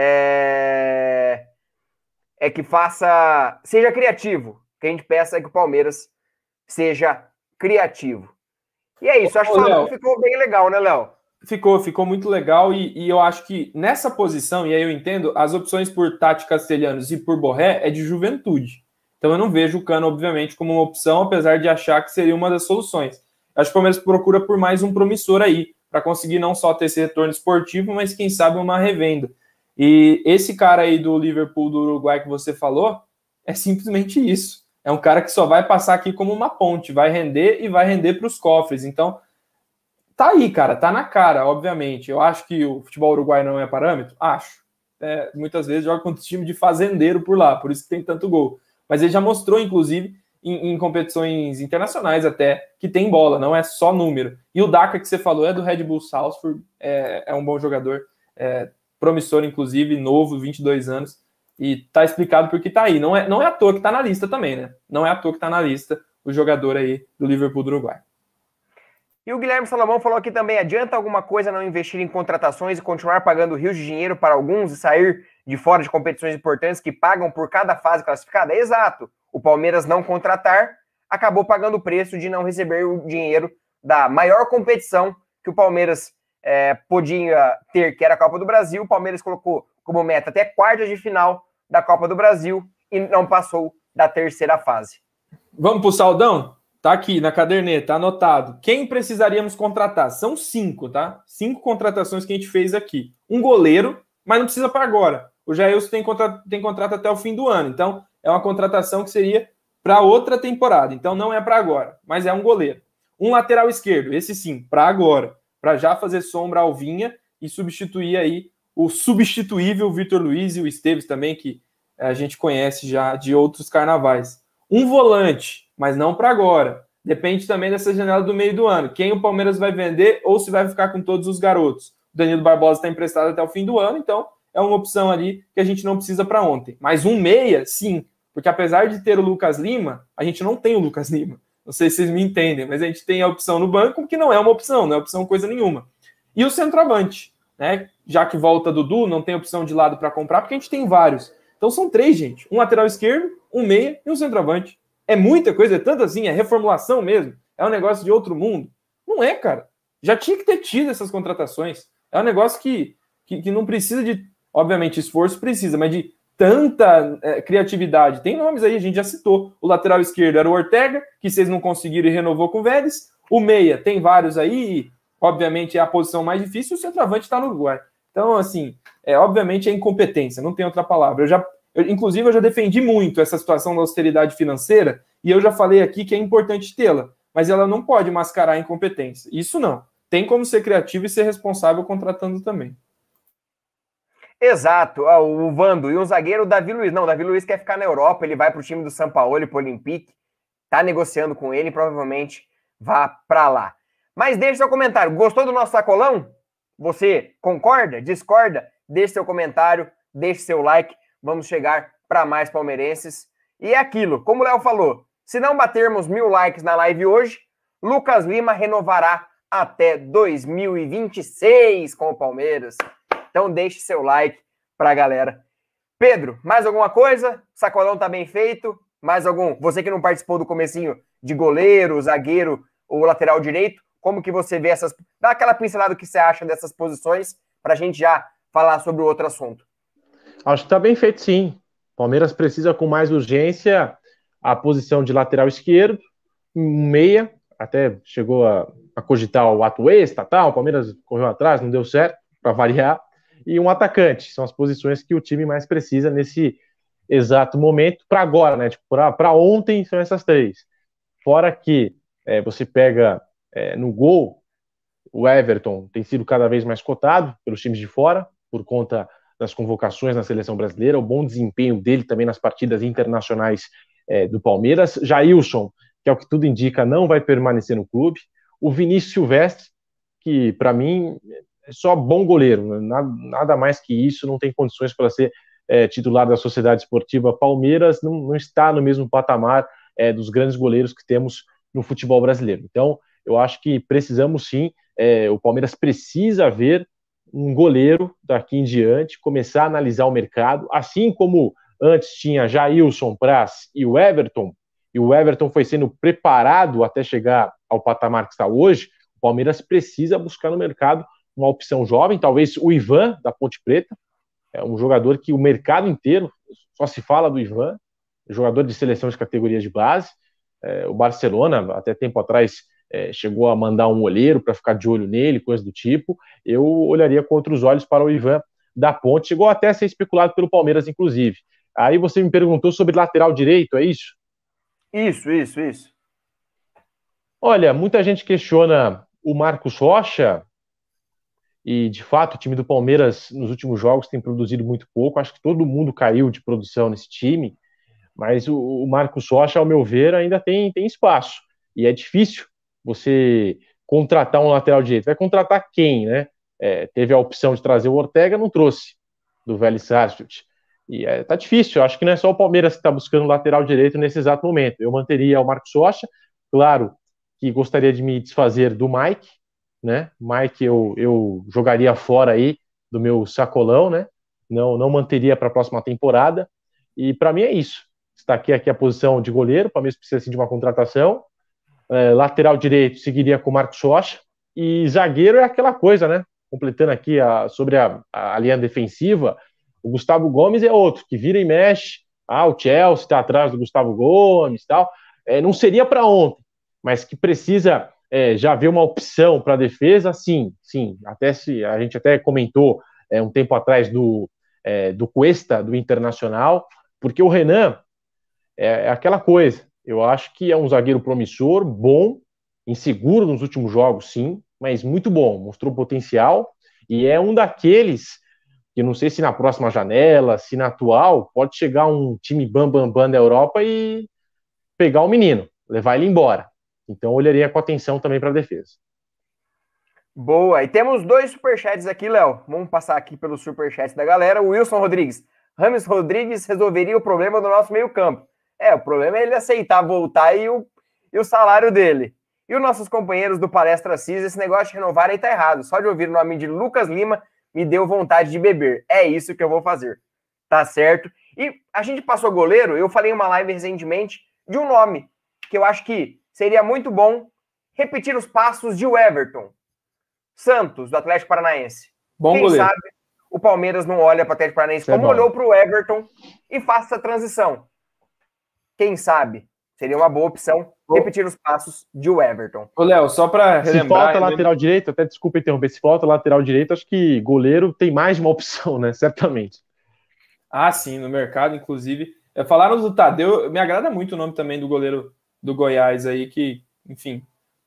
S2: é que seja criativo. O que a gente peça é que o Palmeiras seja criativo. E é isso, acho que o Salomão ficou bem legal, né, Léo?
S3: Ficou muito legal e eu acho que nessa posição, e aí eu entendo, as opções por Tati Castelhanos e por Borré é de juventude. Então eu não vejo o Cano, obviamente, como uma opção, apesar de achar que seria uma das soluções. Acho que o Palmeiras procura por mais um promissor aí, para conseguir não só ter esse retorno esportivo, mas quem sabe uma revenda. E esse cara aí do Liverpool do Uruguai que você falou, é simplesmente isso. É um cara que só vai passar aqui como uma ponte, vai render e vai render para os cofres. Então, tá aí, cara, tá na cara, obviamente. Eu acho que o futebol uruguai não é parâmetro? Acho. Muitas vezes joga contra o time de fazendeiro por lá, por isso que tem tanto gol. Mas ele já mostrou, inclusive, em competições internacionais até, que tem bola, não é só número. E o Daka que você falou é do Red Bull Salzburg, é um bom jogador, promissor, inclusive, novo, 22 anos, e tá explicado porque tá aí. Não é à toa que tá na lista também, né? Não é à toa que tá na lista o jogador aí do Liverpool do Uruguai.
S2: E o Guilherme Salomão falou aqui também, adianta alguma coisa não investir em contratações e continuar pagando rios de dinheiro para alguns e sair de fora de competições importantes que pagam por cada fase classificada? Exato. O Palmeiras não contratar acabou pagando o preço de não receber o dinheiro da maior competição que o Palmeiras podia ter, que era a Copa do Brasil. O Palmeiras colocou como meta até quartas de final da Copa do Brasil e não passou da terceira fase.
S3: Vamos pro Saldão? Tá aqui na caderneta, anotado. Quem precisaríamos contratar? São 5, tá? 5 contratações que a gente fez aqui. Um goleiro, mas não precisa para agora. O Jailson tem contrato até o fim do ano. Então, é uma contratação que seria para outra temporada. Então, não é para agora, mas é um goleiro. Um lateral esquerdo, esse sim, para agora. Para já fazer sombra ao Vinha e substituir aí o substituível Vitor Luiz e o Esteves também, que a gente conhece já de outros carnavais. Um volante, mas não para agora. Depende também dessa janela do meio do ano. Quem o Palmeiras vai vender ou se vai ficar com todos os garotos. O Danilo Barbosa está emprestado até o fim do ano, então é uma opção ali que a gente não precisa para ontem. Mas um meia, sim. Porque apesar de ter o Lucas Lima, a gente não tem o Lucas Lima. Não sei se vocês me entendem, mas a gente tem a opção no banco, que não é uma opção, não é opção coisa nenhuma. E o centroavante, né? Já que volta Dudu, não tem opção de lado para comprar, porque a gente tem vários. Então são 3, gente. Um lateral esquerdo, um meia e um centroavante. É muita coisa, é tanto assim, é reformulação mesmo. É um negócio de outro mundo. Não é, cara. Já tinha que ter tido essas contratações. É um negócio que não precisa de, obviamente, esforço precisa, mas de tanta criatividade. Tem nomes aí, a gente já citou. O lateral esquerdo era o Ortega, que vocês não conseguiram e renovou com o Vélez. O meia, tem vários aí, e, obviamente, é a posição mais difícil. O centroavante está no Uruguai. Então, assim, obviamente é incompetência, não tem outra palavra. Inclusive, eu já defendi muito essa situação da austeridade financeira e eu já falei aqui que é importante tê-la, mas ela não pode mascarar a incompetência. Isso não. Tem como ser criativo e ser responsável contratando também.
S2: Exato. O Vando e o zagueiro, o Davi Luiz. Não, o Davi Luiz quer ficar na Europa, ele vai para o time do São Paulo e para o Olympique. Tá negociando com ele, provavelmente vá para lá. Mas deixe seu comentário. Gostou do nosso sacolão? Você concorda? Discorda? Deixe seu comentário, deixe seu like. Vamos chegar para mais palmeirenses. E é aquilo, como o Léo falou, se não batermos 1000 likes na live hoje, Lucas Lima renovará até 2026 com o Palmeiras. Então deixe seu like para a galera. Pedro, mais alguma coisa? O sacolão tá bem feito? Mais algum? Você que não participou do comecinho de goleiro, zagueiro ou lateral direito, como que você vê essas... Dá aquela pincelada que você acha dessas posições para a gente já falar sobre o outro assunto.
S4: Acho que está bem feito, sim. Palmeiras precisa com mais urgência a posição de lateral esquerdo, um meia, até chegou a cogitar o Atuesta, tal. O Palmeiras correu atrás, não deu certo, para variar, e um atacante. São as posições que o time mais precisa nesse exato momento, para agora, né? Tipo, para ontem são essas 3. Fora que você pega no gol, o Everton tem sido cada vez mais cotado pelos times de fora, por conta das convocações na seleção brasileira, o bom desempenho dele também nas partidas internacionais do Palmeiras. Jailson, que é o que tudo indica, não vai permanecer no clube. O Vinícius Silvestre, que para mim é só bom goleiro, nada mais que isso, não tem condições para ser titular da Sociedade Esportiva Palmeiras, não está no mesmo patamar dos grandes goleiros que temos no futebol brasileiro. Então, eu acho que precisamos sim, o Palmeiras precisa ver um goleiro daqui em diante, começar a analisar o mercado, assim como antes tinha Jailson, Praz e o Everton foi sendo preparado até chegar ao patamar que está hoje. O Palmeiras precisa buscar no mercado uma opção jovem, talvez o Ivan, da Ponte Preta, é um jogador que o mercado inteiro só se fala do Ivan, jogador de seleção de categorias de base. O Barcelona, até tempo atrás, chegou a mandar um olheiro para ficar de olho nele, coisa do tipo, eu olharia com outros olhos para o Ivan da Ponte, chegou até a ser especulado pelo Palmeiras, inclusive. Aí você me perguntou sobre lateral direito, é isso?
S2: Isso.
S4: Olha, muita gente questiona o Marcos Rocha, e de fato o time do Palmeiras nos últimos jogos tem produzido muito pouco, acho que todo mundo caiu de produção nesse time, mas o Marcos Rocha, ao meu ver, ainda tem espaço, e é difícil você contratar um lateral direito. Vai contratar quem, né? Teve a opção de trazer o Ortega, não trouxe, do Vélez Sarsfield. E tá difícil, eu acho que não é só o Palmeiras que está buscando lateral direito nesse exato momento. Eu manteria o Marcos Rocha, claro que gostaria de me desfazer do Mike, né? Mike eu jogaria fora aí do meu sacolão, né? Não manteria para a próxima temporada. E para mim é isso. Destaquei aqui a posição de goleiro, o Palmeiras precisa assim, de uma contratação. Lateral direito seguiria com o Marcos Rocha. E zagueiro é aquela coisa, né? Completando aqui sobre a linha defensiva, o Gustavo Gomes é outro, que vira e mexe. O Chelsea está atrás do Gustavo Gomes e tal. Não seria para ontem, mas que precisa já ver uma opção para a defesa, sim. Até a gente até comentou um tempo atrás do Cuesta, do Internacional, porque o Renan é aquela coisa. Eu acho que é um zagueiro promissor, bom, inseguro nos últimos jogos, sim, mas muito bom, mostrou potencial, e é um daqueles que não sei se na próxima janela, se na atual, pode chegar um time bam da Europa e pegar o menino, levar ele embora. Então eu olharia com atenção também para a defesa.
S2: Boa, e temos 2 superchats aqui, Léo. Vamos passar aqui pelos superchats da galera. O Wilson Rodrigues. Rames Rodrigues resolveria o problema do nosso meio campo. O problema é ele aceitar voltar e o salário dele. E os nossos companheiros do Palestra CIS, esse negócio de renovar aí tá errado. Só de ouvir o nome de Lucas Lima, me deu vontade de beber. É isso que eu vou fazer. Tá certo? E a gente passou goleiro, eu falei em uma live recentemente de um nome que eu acho que seria muito bom repetir os passos de Everton Santos, do Atlético Paranaense.
S3: Bom goleiro.
S2: Quem sabe o Palmeiras não olha para o Atlético Paranaense como olhou para o Everton e faça essa transição. Quem sabe? Seria uma boa opção repetir os passos de Everton.
S3: Ô, Léo, só para relembrar...
S4: Se falta lateral direito, até desculpa interromper, se falta lateral direito, acho que goleiro tem mais de uma opção, né? Certamente.
S3: Sim, no mercado, inclusive. Falaram do Tadeu, me agrada muito o nome também do goleiro do Goiás aí, que, enfim,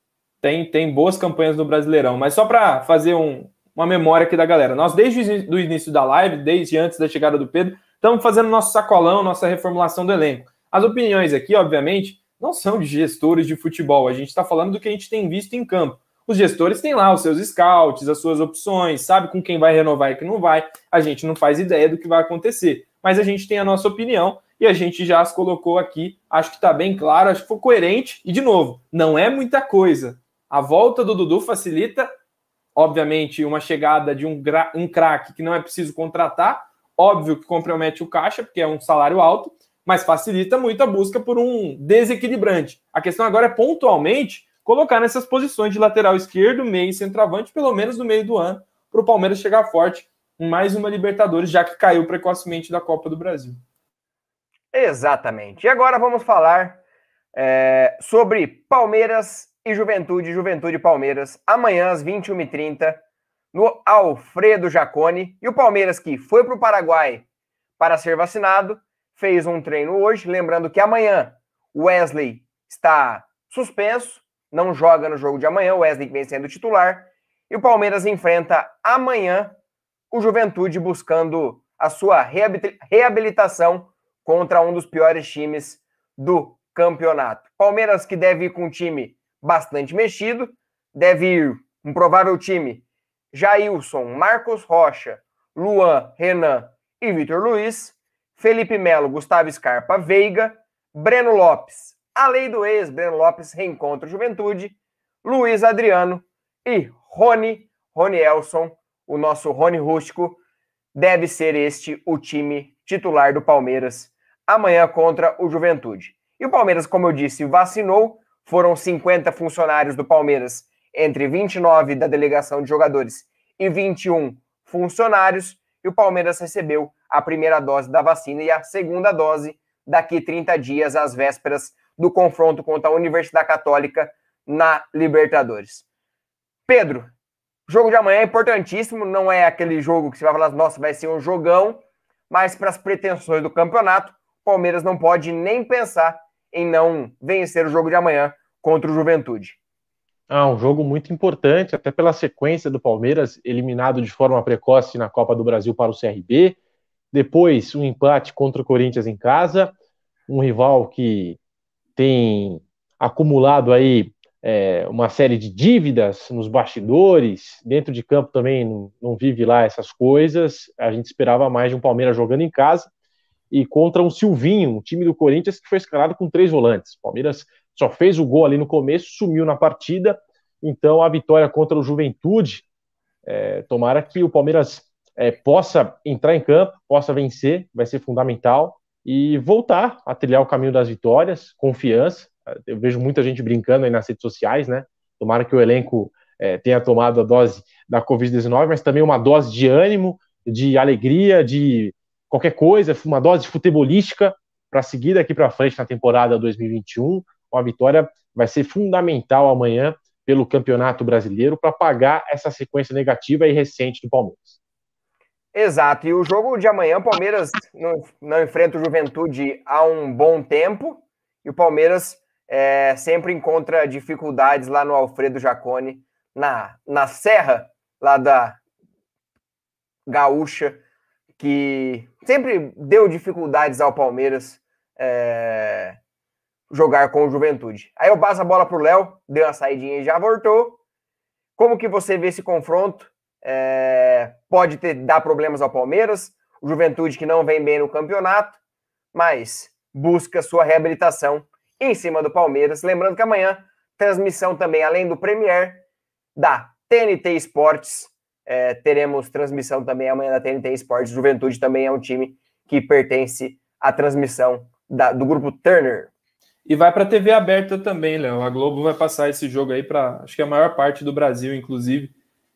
S3: tem boas campanhas no Brasileirão. Mas só para fazer uma memória aqui da galera. Nós, desde o início da live, desde antes da chegada do Pedro, estamos fazendo nosso sacolão, nossa reformulação do elenco. As opiniões aqui, obviamente, não são de gestores de futebol. A gente está falando do que a gente tem visto em campo. Os gestores têm lá os seus scouts, as suas opções, sabe com quem vai renovar e quem não vai. A gente não faz ideia do que vai acontecer. Mas a gente tem a nossa opinião e a gente já as colocou aqui. Acho que está bem claro, acho que foi coerente. E, de novo, não é muita coisa. A volta do Dudu facilita, obviamente, uma chegada de um craque que não é preciso contratar. Óbvio que compromete o caixa, porque é um salário alto, mas facilita muito a busca por um desequilibrante. A questão agora é, pontualmente, colocar nessas posições de lateral esquerdo, meio e centroavante, pelo menos no meio do ano, para o Palmeiras chegar forte em mais uma Libertadores, já que caiu precocemente da Copa do Brasil.
S2: Exatamente. E agora vamos falar sobre Palmeiras e Juventude e Palmeiras, amanhã às 21h30, no Alfredo Jaconi. E o Palmeiras, que foi para o Paraguai para ser vacinado, fez um treino hoje, lembrando que amanhã o Wesley está suspenso, não joga no jogo de amanhã, o Wesley que vem sendo titular, e o Palmeiras enfrenta amanhã o Juventude buscando a sua reabilitação contra um dos piores times do campeonato. Palmeiras que deve ir com um time bastante mexido, deve ir um provável time Jailson, Marcos Rocha, Luan, Renan e Vitor Luiz, Felipe Melo, Gustavo Scarpa, Veiga, Breno Lopes, a lei do ex, Breno Lopes reencontra o Juventude, Luiz Adriano e Rony Elson, o nosso Rony Rústico, deve ser este o time titular do Palmeiras amanhã contra o Juventude. E o Palmeiras, como eu disse, vacinou, foram 50 funcionários do Palmeiras, entre 29 da delegação de jogadores e 21 funcionários, e o Palmeiras recebeu a primeira dose da vacina e a segunda dose daqui 30 dias, às vésperas do confronto contra a Universidade Católica na Libertadores. Pedro, jogo de amanhã é importantíssimo, não é aquele jogo que você vai falar, nossa, vai ser um jogão, mas para as pretensões do campeonato, o Palmeiras não pode nem pensar em não vencer o jogo de amanhã contra o Juventude.
S4: Um jogo muito importante, até pela sequência do Palmeiras, eliminado de forma precoce na Copa do Brasil para o CRB, depois um empate contra o Corinthians em casa, um rival que tem acumulado aí uma série de dívidas nos bastidores, dentro de campo também não vive lá essas coisas, a gente esperava mais de um Palmeiras jogando em casa, e contra um Silvinho, um time do Corinthians que foi escalado com 3 volantes. O Palmeiras só fez o gol ali no começo, sumiu na partida, então a vitória contra o Juventude, tomara que o Palmeiras possa entrar em campo, possa vencer, vai ser fundamental, e voltar a trilhar o caminho das vitórias, confiança. Eu vejo muita gente brincando aí nas redes sociais, né? Tomara que o elenco tenha tomado a dose da Covid-19, mas também uma dose de ânimo, de alegria, de qualquer coisa, uma dose futebolística para seguir daqui para frente na temporada 2021. Uma vitória vai ser fundamental amanhã pelo Campeonato Brasileiro para apagar essa sequência negativa e recente do Palmeiras.
S2: Exato, e o jogo de amanhã, o Palmeiras não enfrenta o Juventude há um bom tempo, e o Palmeiras sempre encontra dificuldades lá no Alfredo Jaconi, na serra lá da Gaúcha, que sempre deu dificuldades ao Palmeiras jogar com o Juventude. Aí eu passo a bola pro Léo, deu uma saidinha e já voltou. Como que você vê esse confronto? Pode dar problemas ao Palmeiras, o Juventude que não vem bem no campeonato, mas busca sua reabilitação em cima do Palmeiras. Lembrando que amanhã, transmissão também, além do Premier, da TNT Esportes, teremos transmissão também amanhã da TNT Esportes. Juventude também é um time que pertence à transmissão do grupo Turner.
S3: E vai para a TV aberta também, Léo. A Globo vai passar esse jogo aí para, acho que a maior parte do Brasil, inclusive.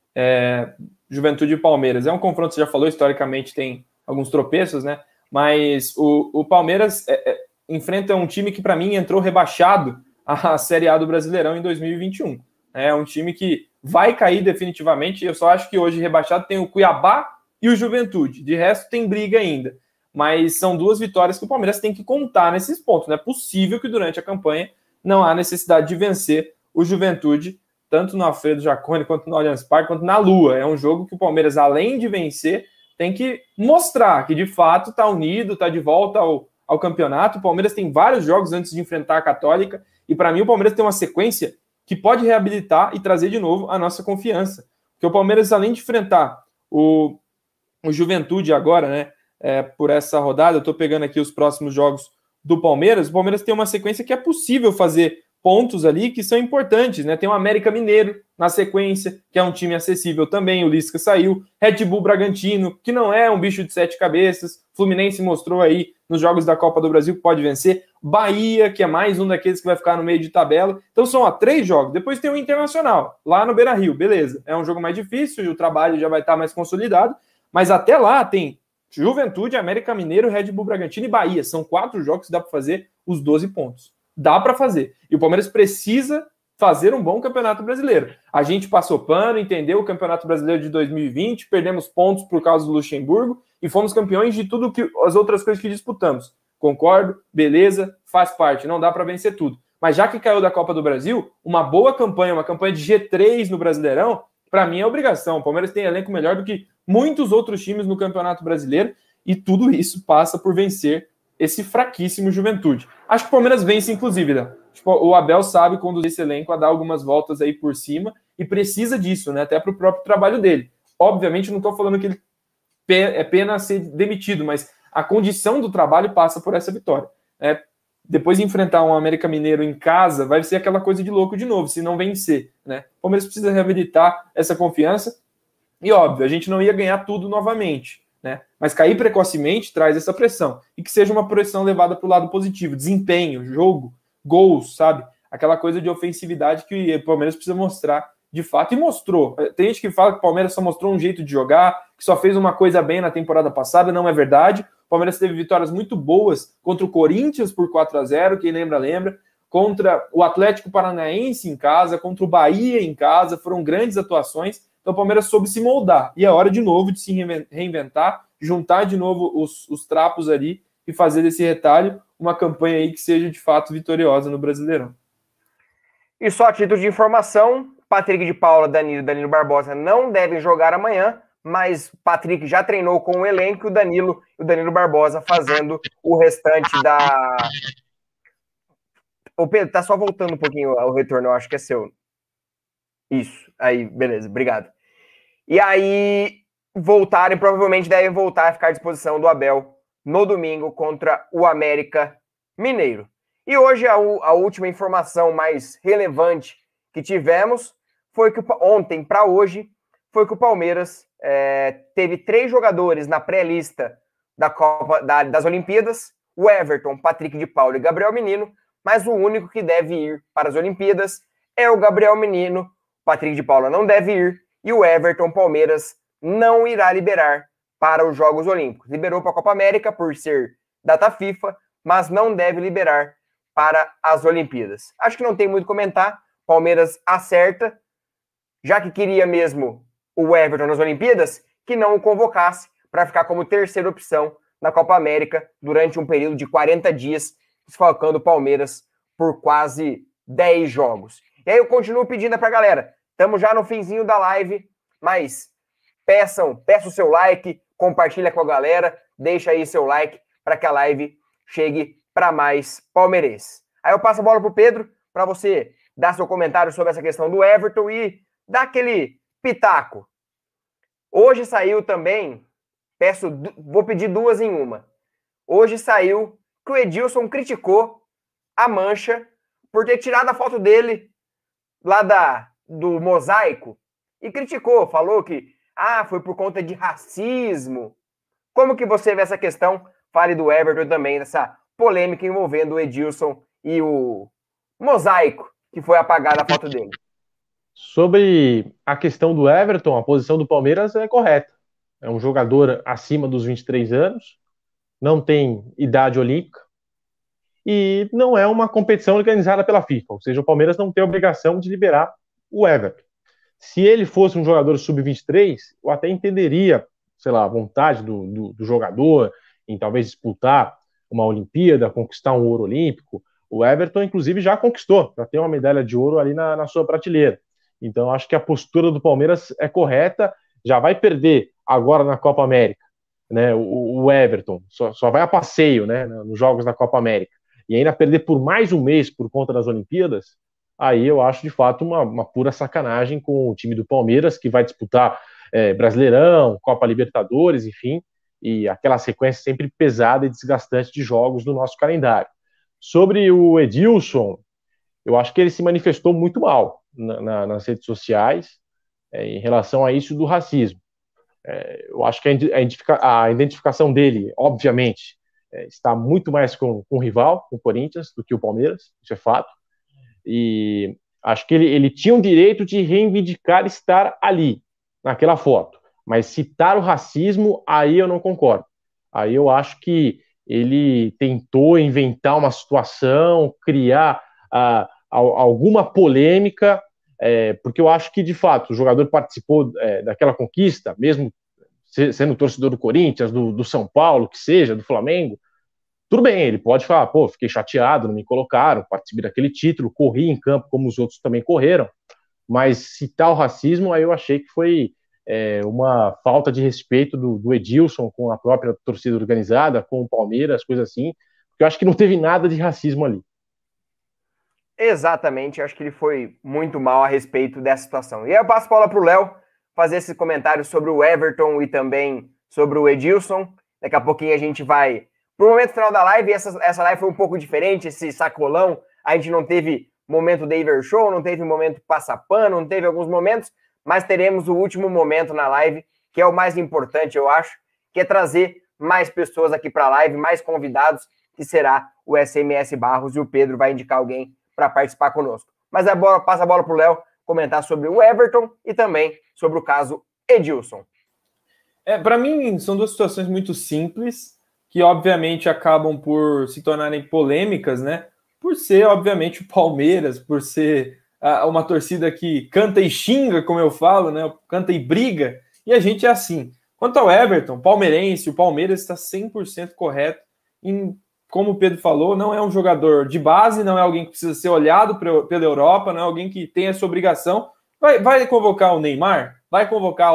S3: Juventude e Palmeiras. É um confronto, você já falou, historicamente tem alguns tropeços, né? Mas o Palmeiras enfrenta um time que, para mim, entrou rebaixado à Série A do Brasileirão em 2021. É um time que vai cair definitivamente. Eu só acho que hoje rebaixado tem o Cuiabá e o Juventude. De resto, tem briga ainda. Mas são 2 vitórias que o Palmeiras tem que contar nesses pontos. Não é possível que durante a campanha não há necessidade de vencer o Juventude, tanto no Alfredo Jaconi, quanto no Allianz Parque, quanto na Lua. É um jogo que o Palmeiras, além de vencer, tem que mostrar que, de fato, está unido, está de volta ao campeonato. O Palmeiras tem vários jogos antes de enfrentar a Católica, e para mim o Palmeiras tem uma sequência que pode reabilitar e trazer de novo a nossa confiança. Porque o Palmeiras, além de enfrentar o Juventude agora, né, por essa rodada, eu estou pegando aqui os próximos jogos do Palmeiras, o Palmeiras tem uma sequência que é possível fazer pontos ali que são importantes, né? Tem o América Mineiro na sequência, que é um time acessível também, o Lisca saiu, Red Bull Bragantino, que não é um bicho de 7 cabeças, Fluminense mostrou aí nos jogos da Copa do Brasil que pode vencer, Bahia, que é mais um daqueles que vai ficar no meio de tabela. Então são 3 jogos, depois tem o Internacional, lá no Beira-Rio, beleza, é um jogo mais difícil, o trabalho já vai estar mais consolidado, mas até lá tem Juventude, América Mineiro, Red Bull Bragantino e Bahia, são 4 jogos que dá para fazer os 12 pontos. Dá para fazer. E o Palmeiras precisa fazer um bom Campeonato Brasileiro. A gente passou pano, entendeu o Campeonato Brasileiro de 2020, perdemos pontos por causa do Luxemburgo e fomos campeões de tudo que as outras coisas que disputamos. Concordo, beleza, faz parte, não dá para vencer tudo. Mas já que caiu da Copa do Brasil, uma boa campanha, uma campanha de G3 no Brasileirão, para mim é obrigação. O Palmeiras tem elenco melhor do que muitos outros times no Campeonato Brasileiro e tudo isso passa por vencer esse fraquíssimo Juventude. Acho que o Palmeiras vence, inclusive, né? Tipo, o Abel sabe conduzir esse elenco a dar algumas voltas aí por cima e precisa disso, né? Até para o próprio trabalho dele. Obviamente, não estou falando que ele é pena ser demitido, mas a condição do trabalho passa por essa vitória. Depois de enfrentar um América Mineiro em casa, vai ser aquela coisa de louco de novo, se não vencer, né? O Palmeiras precisa reabilitar essa confiança e, óbvio, a gente não ia ganhar tudo novamente, né? Mas cair precocemente traz essa pressão. E que seja uma pressão levada para o lado positivo. Desempenho, jogo, gols, sabe? Aquela coisa de ofensividade que o Palmeiras precisa mostrar de fato. E mostrou. Tem gente que fala que o Palmeiras só mostrou um jeito de jogar, que só fez uma coisa bem na temporada passada. Não é verdade. O Palmeiras teve vitórias muito boas contra o Corinthians por 4-0. Quem lembra, lembra. contra o Atlético Paranaense em casa, contra o Bahia em casa, foram grandes atuações. Então o Palmeiras soube se moldar. E é hora de novo de se reinventar, juntar de novo os trapos ali e fazer desse retalho uma campanha aí que seja de fato vitoriosa no Brasileirão.
S2: E só a título de informação, Patrick de Paula, Danilo Barbosa não devem jogar amanhã, mas Patrick já treinou com o elenco e o Danilo Barbosa fazendo o restante da... Ô Pedro, tá só voltando um pouquinho o retorno, eu acho que é seu. Isso, aí, beleza, obrigado. E aí, provavelmente devem voltar a ficar à disposição do Abel no domingo contra o América Mineiro. E hoje, a última informação mais relevante que tivemos foi que ontem para hoje, foi que o Palmeiras teve 3 jogadores na pré-lista das Olimpíadas, o Everton, Patrick de Paula e Gabriel Menino, mas o único que deve ir para as Olimpíadas é o Gabriel Menino. Patrick de Paula não deve ir e o Everton Palmeiras não irá liberar para os Jogos Olímpicos. Liberou para a Copa América por ser data FIFA, mas não deve liberar para as Olimpíadas. Acho que não tem muito a comentar. Palmeiras acerta, já que queria mesmo o Everton nas Olimpíadas, que não o convocasse para ficar como terceira opção na Copa América durante um período de 40 dias, desfalcando o Palmeiras por quase 10 jogos. E aí eu continuo pedindo para a galera, estamos já no finzinho da live, mas peça o seu like, compartilha com a galera, deixa aí seu like para que a live chegue para mais palmeirenses. Aí eu passo a bola para o Pedro, para você dar seu comentário sobre essa questão do Everton e dar aquele pitaco. Hoje saiu também, vou pedir 2 em uma. Hoje saiu que o Edilson criticou a Mancha por ter tirado a foto dele lá do mosaico e criticou, falou que foi por conta de racismo. Como que você vê essa questão? Fale do Everton também, dessa polêmica envolvendo o Edilson e o mosaico que foi apagada a foto dele.
S4: Sobre a questão do Everton, a posição do Palmeiras é correta. É um jogador acima dos 23 anos, não tem idade olímpica e não é uma competição organizada pela FIFA, ou seja, o Palmeiras não tem a obrigação de liberar o Everton. Se ele fosse um jogador sub-23, eu até entenderia, sei lá, a vontade do jogador em talvez disputar uma Olimpíada, conquistar um ouro olímpico. O Everton, inclusive, já conquistou, já tem uma medalha de ouro ali na sua prateleira. Então, acho que a postura do Palmeiras é correta, já vai perder agora na Copa América, né? O Everton só vai a passeio, né, nos jogos da Copa América, e ainda perder por mais um mês por conta das Olimpíadas, aí eu acho de fato uma pura sacanagem com o time do Palmeiras, que vai disputar Brasileirão, Copa Libertadores, enfim, e aquela sequência sempre pesada e desgastante de jogos do nosso calendário. Sobre o Edilson, eu acho que ele se manifestou muito mal nas redes sociais em relação a isso do racismo. Eu acho que a identificação dele, obviamente, está muito mais com o rival, com o Corinthians, do que o Palmeiras, isso é fato. E acho que ele tinha o direito de reivindicar estar ali, naquela foto. Mas citar o racismo, aí eu não concordo. Aí eu acho que ele tentou inventar uma situação, criar alguma polêmica, porque eu acho que, de fato, o jogador participou daquela conquista, mesmo sendo torcedor do Corinthians, do São Paulo, que seja, do Flamengo. Tudo bem, ele pode falar, fiquei chateado, não me colocaram, participei daquele título, corri em campo como os outros também correram, mas citar o racismo, aí eu achei que foi uma falta de respeito do Edilson com a própria torcida organizada, com o Palmeiras, coisas assim, porque eu acho que não teve nada de racismo ali.
S2: Exatamente, eu acho que ele foi muito mal a respeito dessa situação. E aí eu passo a bola para o Léo fazer esse comentário sobre o Everton e também sobre o Edilson. Daqui a pouquinho a gente vai pro momento final da live. Essa live foi um pouco diferente, esse sacolão. A gente não teve momento Daver Show, não teve momento Passapano, não teve alguns momentos, mas teremos o último momento na live, que é o mais importante, eu acho, que é trazer mais pessoas aqui para a live, mais convidados, que será o SMS Barros, e o Pedro vai indicar alguém para participar conosco. Mas agora passa a bola para o Léo comentar sobre o Everton e também sobre o caso Edilson.
S3: Para mim, são duas situações muito simples, que obviamente acabam por se tornarem polêmicas, né? por ser, obviamente, o Palmeiras, por ser uma torcida que canta e xinga, como eu falo, né? Canta e briga, e a gente é assim. Quanto ao Everton, palmeirense, o Palmeiras está 100% correto em, como o Pedro falou, não é um jogador de base, não é alguém que precisa ser olhado pela Europa, não é alguém que tem essa obrigação. Vai convocar o Neymar? Vai convocar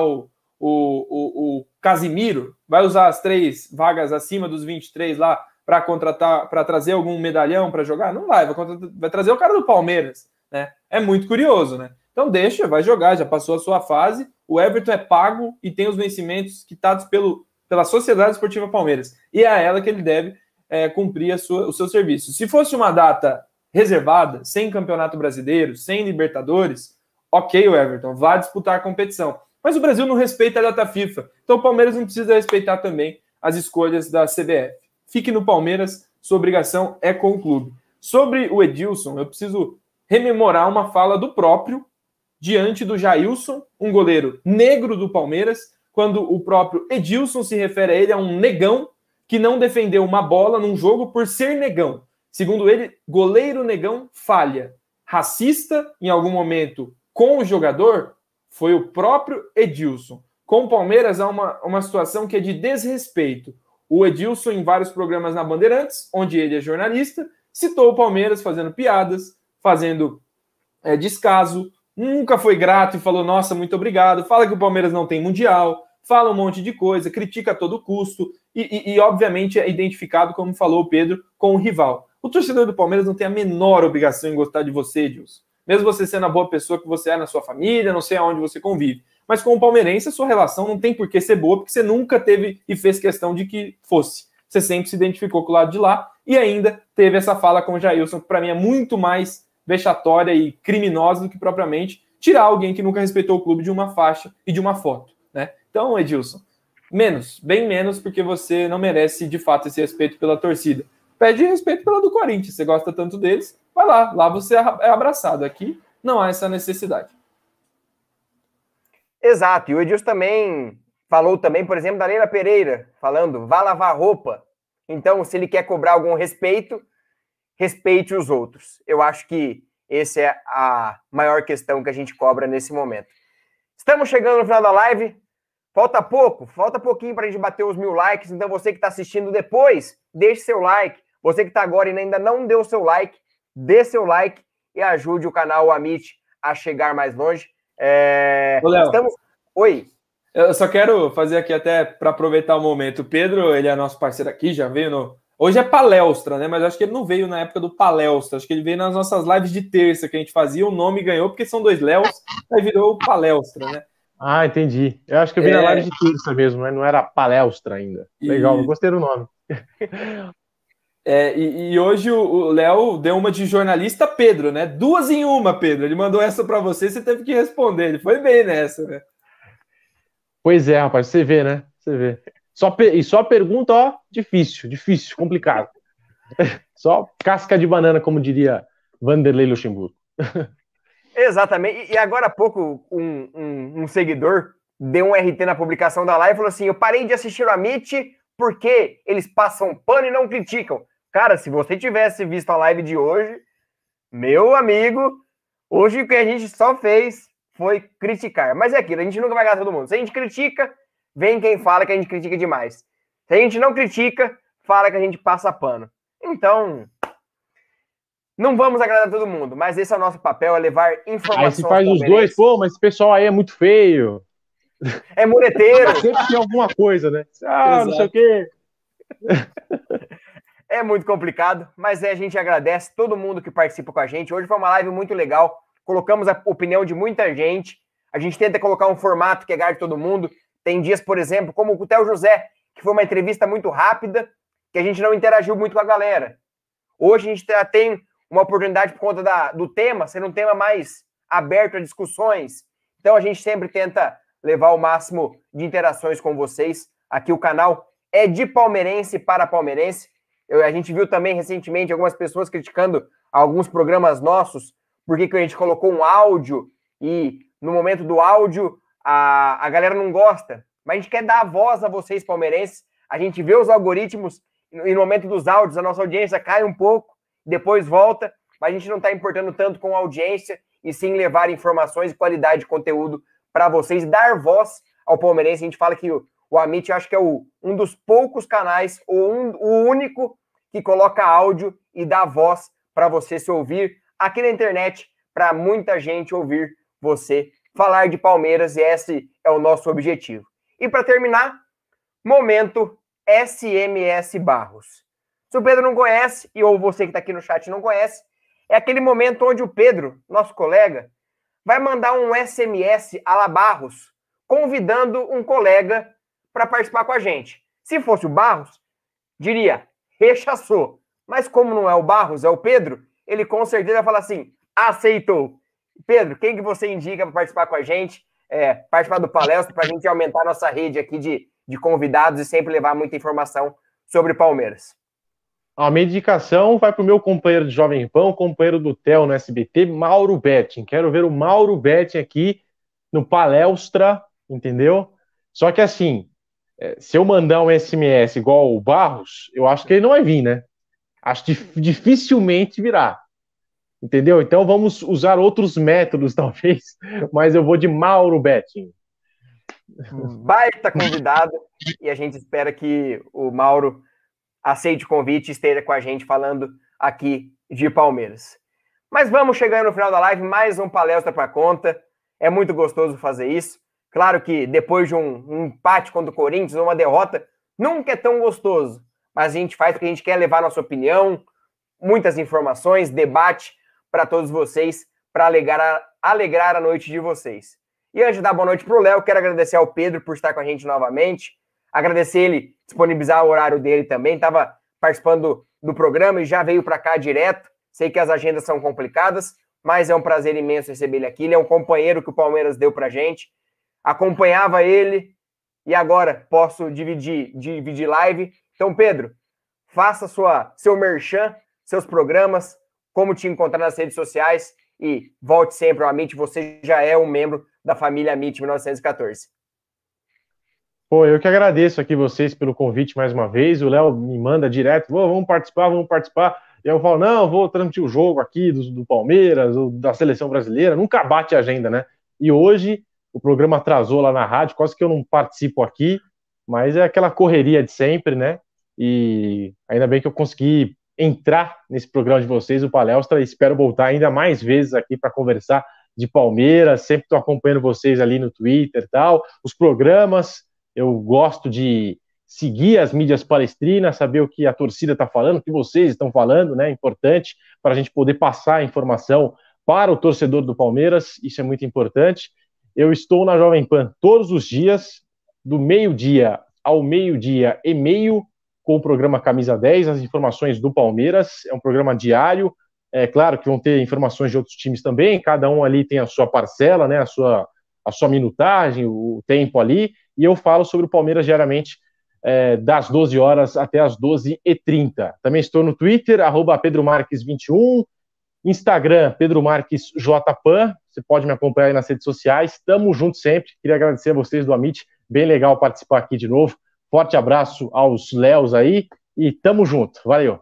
S3: o Casimiro? Vai usar as 3 vagas acima dos 23 lá para contratar, para trazer algum medalhão para jogar? Não vai trazer o cara do Palmeiras, né? É muito curioso, né? Então deixa, vai jogar, já passou a sua fase. O Everton é pago e tem os vencimentos quitados pela Sociedade Esportiva Palmeiras. E é a ela que ele deve cumprir o seu serviço. Se fosse uma data reservada, sem Campeonato Brasileiro, sem Libertadores, ok, o Everton, vá disputar a competição. Mas o Brasil não respeita a data FIFA. Então o Palmeiras não precisa respeitar também as escolhas da CBF. Fique no Palmeiras, sua obrigação é com o clube. Sobre o Edilson, eu preciso rememorar uma fala do próprio diante do Jailson, um goleiro negro do Palmeiras, quando o próprio Edilson se refere a ele a um negão que não defendeu uma bola num jogo por ser negão. Segundo ele, goleiro negão falha. Racista, em algum momento, com o jogador, foi o próprio Edilson. Com o Palmeiras, há uma situação que é de desrespeito. O Edilson, em vários programas na Bandeirantes, onde ele é jornalista, citou o Palmeiras fazendo piadas, fazendo descaso, nunca foi grato e falou, nossa, muito obrigado, fala que o Palmeiras não tem mundial, fala um monte de coisa, critica a todo custo e obviamente, é identificado, como falou o Pedro, com o rival. O torcedor do Palmeiras não tem a menor obrigação em gostar de você, Edilson. Mesmo você sendo a boa pessoa que você é na sua família, não sei aonde você convive. Mas com o palmeirense, a sua relação não tem por que ser boa, porque você nunca teve e fez questão de que fosse. Você sempre se identificou com o lado de lá e ainda teve essa fala com o Jailson, que para mim é muito mais vexatória e criminosa do que propriamente tirar alguém que nunca respeitou o clube de uma faixa e de uma foto, né? Então, Edilson, menos, bem menos, porque você não merece de fato esse respeito pela torcida. Pede respeito pela do Corinthians, você gosta tanto deles, vai lá você é abraçado. Aqui não há essa necessidade.
S2: Exato, e o Edilson também falou também, por exemplo, da Leila Pereira, falando, vá lavar roupa. Então, se ele quer cobrar algum respeito, respeite os outros. Eu acho que essa é a maior questão que a gente cobra nesse momento. Estamos chegando no final da live, falta pouquinho para a gente bater os 1000 likes, então você que está assistindo depois, deixe seu like. Você que está agora e ainda não deu seu like, dê seu like e ajude o canal Amit a chegar mais longe.
S3: Ô, Léo,
S2: Oi.
S3: Eu só quero fazer aqui até para aproveitar o momento. O Pedro, ele é nosso parceiro aqui, já veio no... Hoje é palestra, né? Mas acho que ele não veio na época do palestra. Acho que ele veio nas nossas lives de terça que a gente fazia. O nome ganhou porque são 2 Léos, aí virou palestra, né?
S4: Ah, entendi. Eu acho que eu vi na live de terça mesmo, mas não era palestra ainda. Legal, eu gostei do nome.
S3: E hoje o Léo deu uma de jornalista Pedro, né? 2 em 1, Pedro. Ele mandou essa para você teve que responder. Ele foi bem nessa, né?
S4: Pois é, rapaz, você vê, né? Você vê. Só pergunta, ó, difícil, complicado. Só casca de banana, como diria Vanderlei Luxemburgo.
S2: Exatamente. E agora há pouco, um seguidor deu um RT na publicação da live e falou assim, eu parei de assistir o Amit porque eles passam pano e não criticam. Cara, se você tivesse visto a live de hoje, meu amigo, hoje o que a gente só fez foi criticar. Mas é aquilo, a gente nunca vai ganhar todo mundo. Se a gente critica, vem quem fala que a gente critica demais. Se a gente não critica, fala que a gente passa pano. Então, não vamos agradar todo mundo, mas esse é o nosso papel, é levar informação.
S4: Aí se faz os dois, pô, mas esse pessoal aí é muito feio.
S2: É mureteiro.
S4: Sempre tem alguma coisa, né? Ah, não sei o quê.
S2: É muito complicado, mas a gente agradece todo mundo que participa com a gente. Hoje foi uma live muito legal. Colocamos a opinião de muita gente. A gente tenta colocar um formato que agrade todo mundo. Tem dias, por exemplo, como o Theo José, que foi uma entrevista muito rápida, que a gente não interagiu muito com a galera. Hoje a gente tem uma oportunidade por conta do tema, ser um tema mais aberto a discussões. Então a gente sempre tenta levar o máximo de interações com vocês. Aqui o canal é de palmeirense para palmeirense. A gente viu também recentemente algumas pessoas criticando alguns programas nossos, porque a gente colocou um áudio e no momento do áudio a galera não gosta. Mas a gente quer dar a voz a vocês palmeirenses. A gente vê os algoritmos e no momento dos áudios a nossa audiência cai um pouco. depois volta, mas a gente não está importando tanto com a audiência, e sim levar informações e qualidade de conteúdo para vocês, dar voz ao palmeirense. A gente fala que o Amit, eu acho que é um dos poucos canais, ou o único que coloca áudio e dá voz para você se ouvir aqui na internet, para muita gente ouvir você falar de Palmeiras, e esse é o nosso objetivo. E para terminar, momento SMS Barros. Se o Pedro não conhece, ou você que está aqui no chat não conhece, é aquele momento onde o Pedro, nosso colega, vai mandar um SMS à la Barros, convidando um colega para participar com a gente. Se fosse o Barros, diria, rechaçou. Mas como não é o Barros, é o Pedro, ele com certeza vai falar assim, aceitou. Pedro, quem que você indica para participar com a gente, participar do palestra, para a gente aumentar a nossa rede aqui de convidados e sempre levar muita informação sobre Palmeiras?
S4: A minha indicação vai para o meu companheiro de Jovem Pan, companheiro do Theo no SBT, Mauro Betting. Quero ver o Mauro Betting aqui no palestra, entendeu? Só que assim, se eu mandar um SMS igual o Barros, eu acho que ele não vai vir, né? Acho que dificilmente virá. Entendeu? Então vamos usar outros métodos, talvez, mas eu vou de Mauro Betting.
S2: Baita convidado, e a gente espera que o Mauro aceite o convite e esteja com a gente falando aqui de Palmeiras. Mas vamos chegando no final da live, mais um palestra para conta. É muito gostoso fazer isso. Claro que depois de um empate contra o Corinthians, uma derrota, nunca é tão gostoso. Mas a gente faz porque a gente quer levar nossa opinião, muitas informações, debate para todos vocês, para alegrar a noite de vocês. E antes de dar boa noite para o Léo, quero agradecer ao Pedro por estar com a gente novamente. Agradecer ele disponibilizar o horário dele também. Estava participando do programa e já veio para cá direto. Sei que as agendas são complicadas, mas é um prazer imenso receber ele aqui. Ele é um companheiro que o Palmeiras deu para a gente. Acompanhava ele e agora posso dividir live. Então, Pedro, faça seu merchan, seus programas, como te encontrar nas redes sociais e volte sempre ao Amit. Você já é um membro da família Amit 1914.
S4: Pô, eu que agradeço aqui vocês pelo convite mais uma vez. O Léo me manda direto, vamos participar. E eu falo, não, vou transmitir o jogo aqui do Palmeiras, ou da Seleção Brasileira. Nunca bate a agenda, né? E hoje o programa atrasou lá na rádio, quase que eu não participo aqui, mas é aquela correria de sempre, né? E ainda bem que eu consegui entrar nesse programa de vocês, o Palestra, e espero voltar ainda mais vezes aqui para conversar de Palmeiras. Sempre estou acompanhando vocês ali no Twitter e tal, os programas. Eu gosto de seguir as mídias palestrinas, saber o que a torcida está falando, o que vocês estão falando, né? Importante para a gente poder passar a informação para o torcedor do Palmeiras, isso é muito importante. Eu estou na Jovem Pan todos os dias, do meio-dia ao meio-dia e meio, com o programa Camisa 10, as informações do Palmeiras. É um programa diário. É claro que vão ter informações de outros times também, cada um ali tem a sua parcela, né? A sua minutagem, o tempo ali. E eu falo sobre o Palmeiras diariamente, das 12 horas até as 12h30. Também estou no Twitter, @PedroMarques21, Instagram, Pedro Marques JPan. Você pode me acompanhar aí nas redes sociais. Tamo junto sempre. Queria agradecer a vocês do Amit. Bem legal participar aqui de novo. Forte abraço aos Léos aí e tamo junto. Valeu.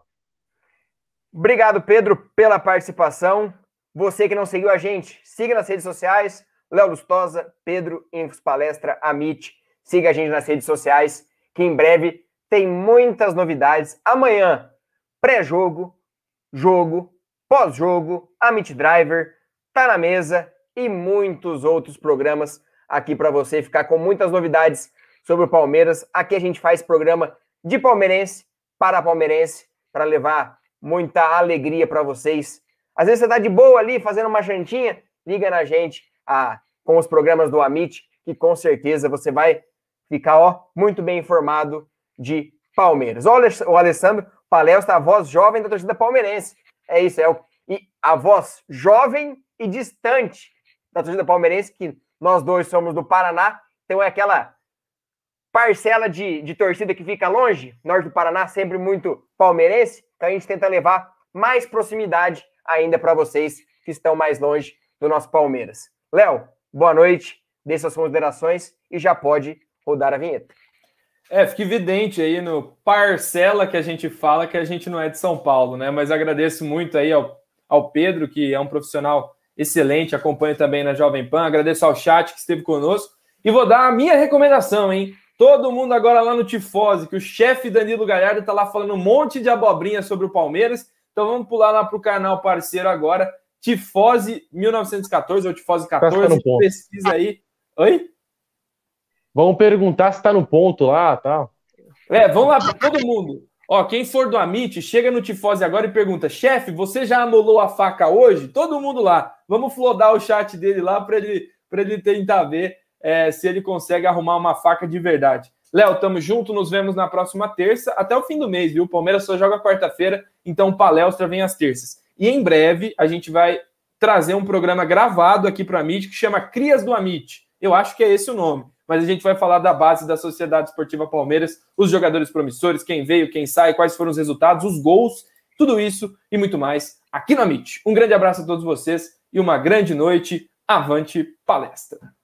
S2: Obrigado, Pedro, pela participação. Você que não seguiu a gente, siga nas redes sociais. Léo Lustosa, Pedro Infos Palestra, Amit. Siga a gente nas redes sociais, que em breve tem muitas novidades. Amanhã, pré-jogo, jogo, pós-jogo, Amit Driver, Tá na Mesa e muitos outros programas aqui para você ficar com muitas novidades sobre o Palmeiras. Aqui a gente faz programa de palmeirense para palmeirense, para levar muita alegria para vocês. Às vezes você tá de boa ali, fazendo uma jantinha, liga na gente com os programas do Amit, que com certeza você vai ficar muito bem informado de Palmeiras. Olha o Alessandro Palestra, a voz jovem da torcida palmeirense. É isso, e a voz jovem e distante da torcida palmeirense, que nós dois somos do Paraná, então é aquela parcela de torcida que fica longe, norte do Paraná, sempre muito palmeirense, então a gente tenta levar mais proximidade ainda para vocês que estão mais longe do nosso Palmeiras. Léo, boa noite, dê suas considerações e já pode rodar a vinheta.
S3: Fica evidente aí no parcela que a gente fala que a gente não é de São Paulo, né? Mas agradeço muito aí ao Pedro, que é um profissional excelente, acompanha também na Jovem Pan. Agradeço ao chat que esteve conosco. E vou dar a minha recomendação, hein? Todo mundo agora lá no Tifose, que o chefe Danilo Galhardo tá lá falando um monte de abobrinha sobre o Palmeiras. Então vamos pular lá pro canal parceiro agora, Tifose 1914 ou Tifose 14, pesquisa aí. Oi?
S4: Vamos perguntar se tá no ponto lá, tal.
S3: Vamos lá para todo mundo. Ó, quem for do Amit, chega no Tifose agora e pergunta: chefe, você já amolou a faca hoje? Todo mundo lá. Vamos flodar o chat dele lá para ele tentar ver se ele consegue arrumar uma faca de verdade. Léo, tamo junto, nos vemos na próxima terça, até o fim do mês, viu? O Palmeiras só joga quarta-feira, então o Palestra vem às terças. E em breve a gente vai trazer um programa gravado aqui para a Amit que chama Crias do Amit. Eu acho que é esse o nome. Mas a gente vai falar da base da Sociedade Esportiva Palmeiras, os jogadores promissores, quem veio, quem sai, quais foram os resultados, os gols, tudo isso e muito mais aqui no Amit. Um grande abraço a todos vocês e uma grande noite. Avante Palestra!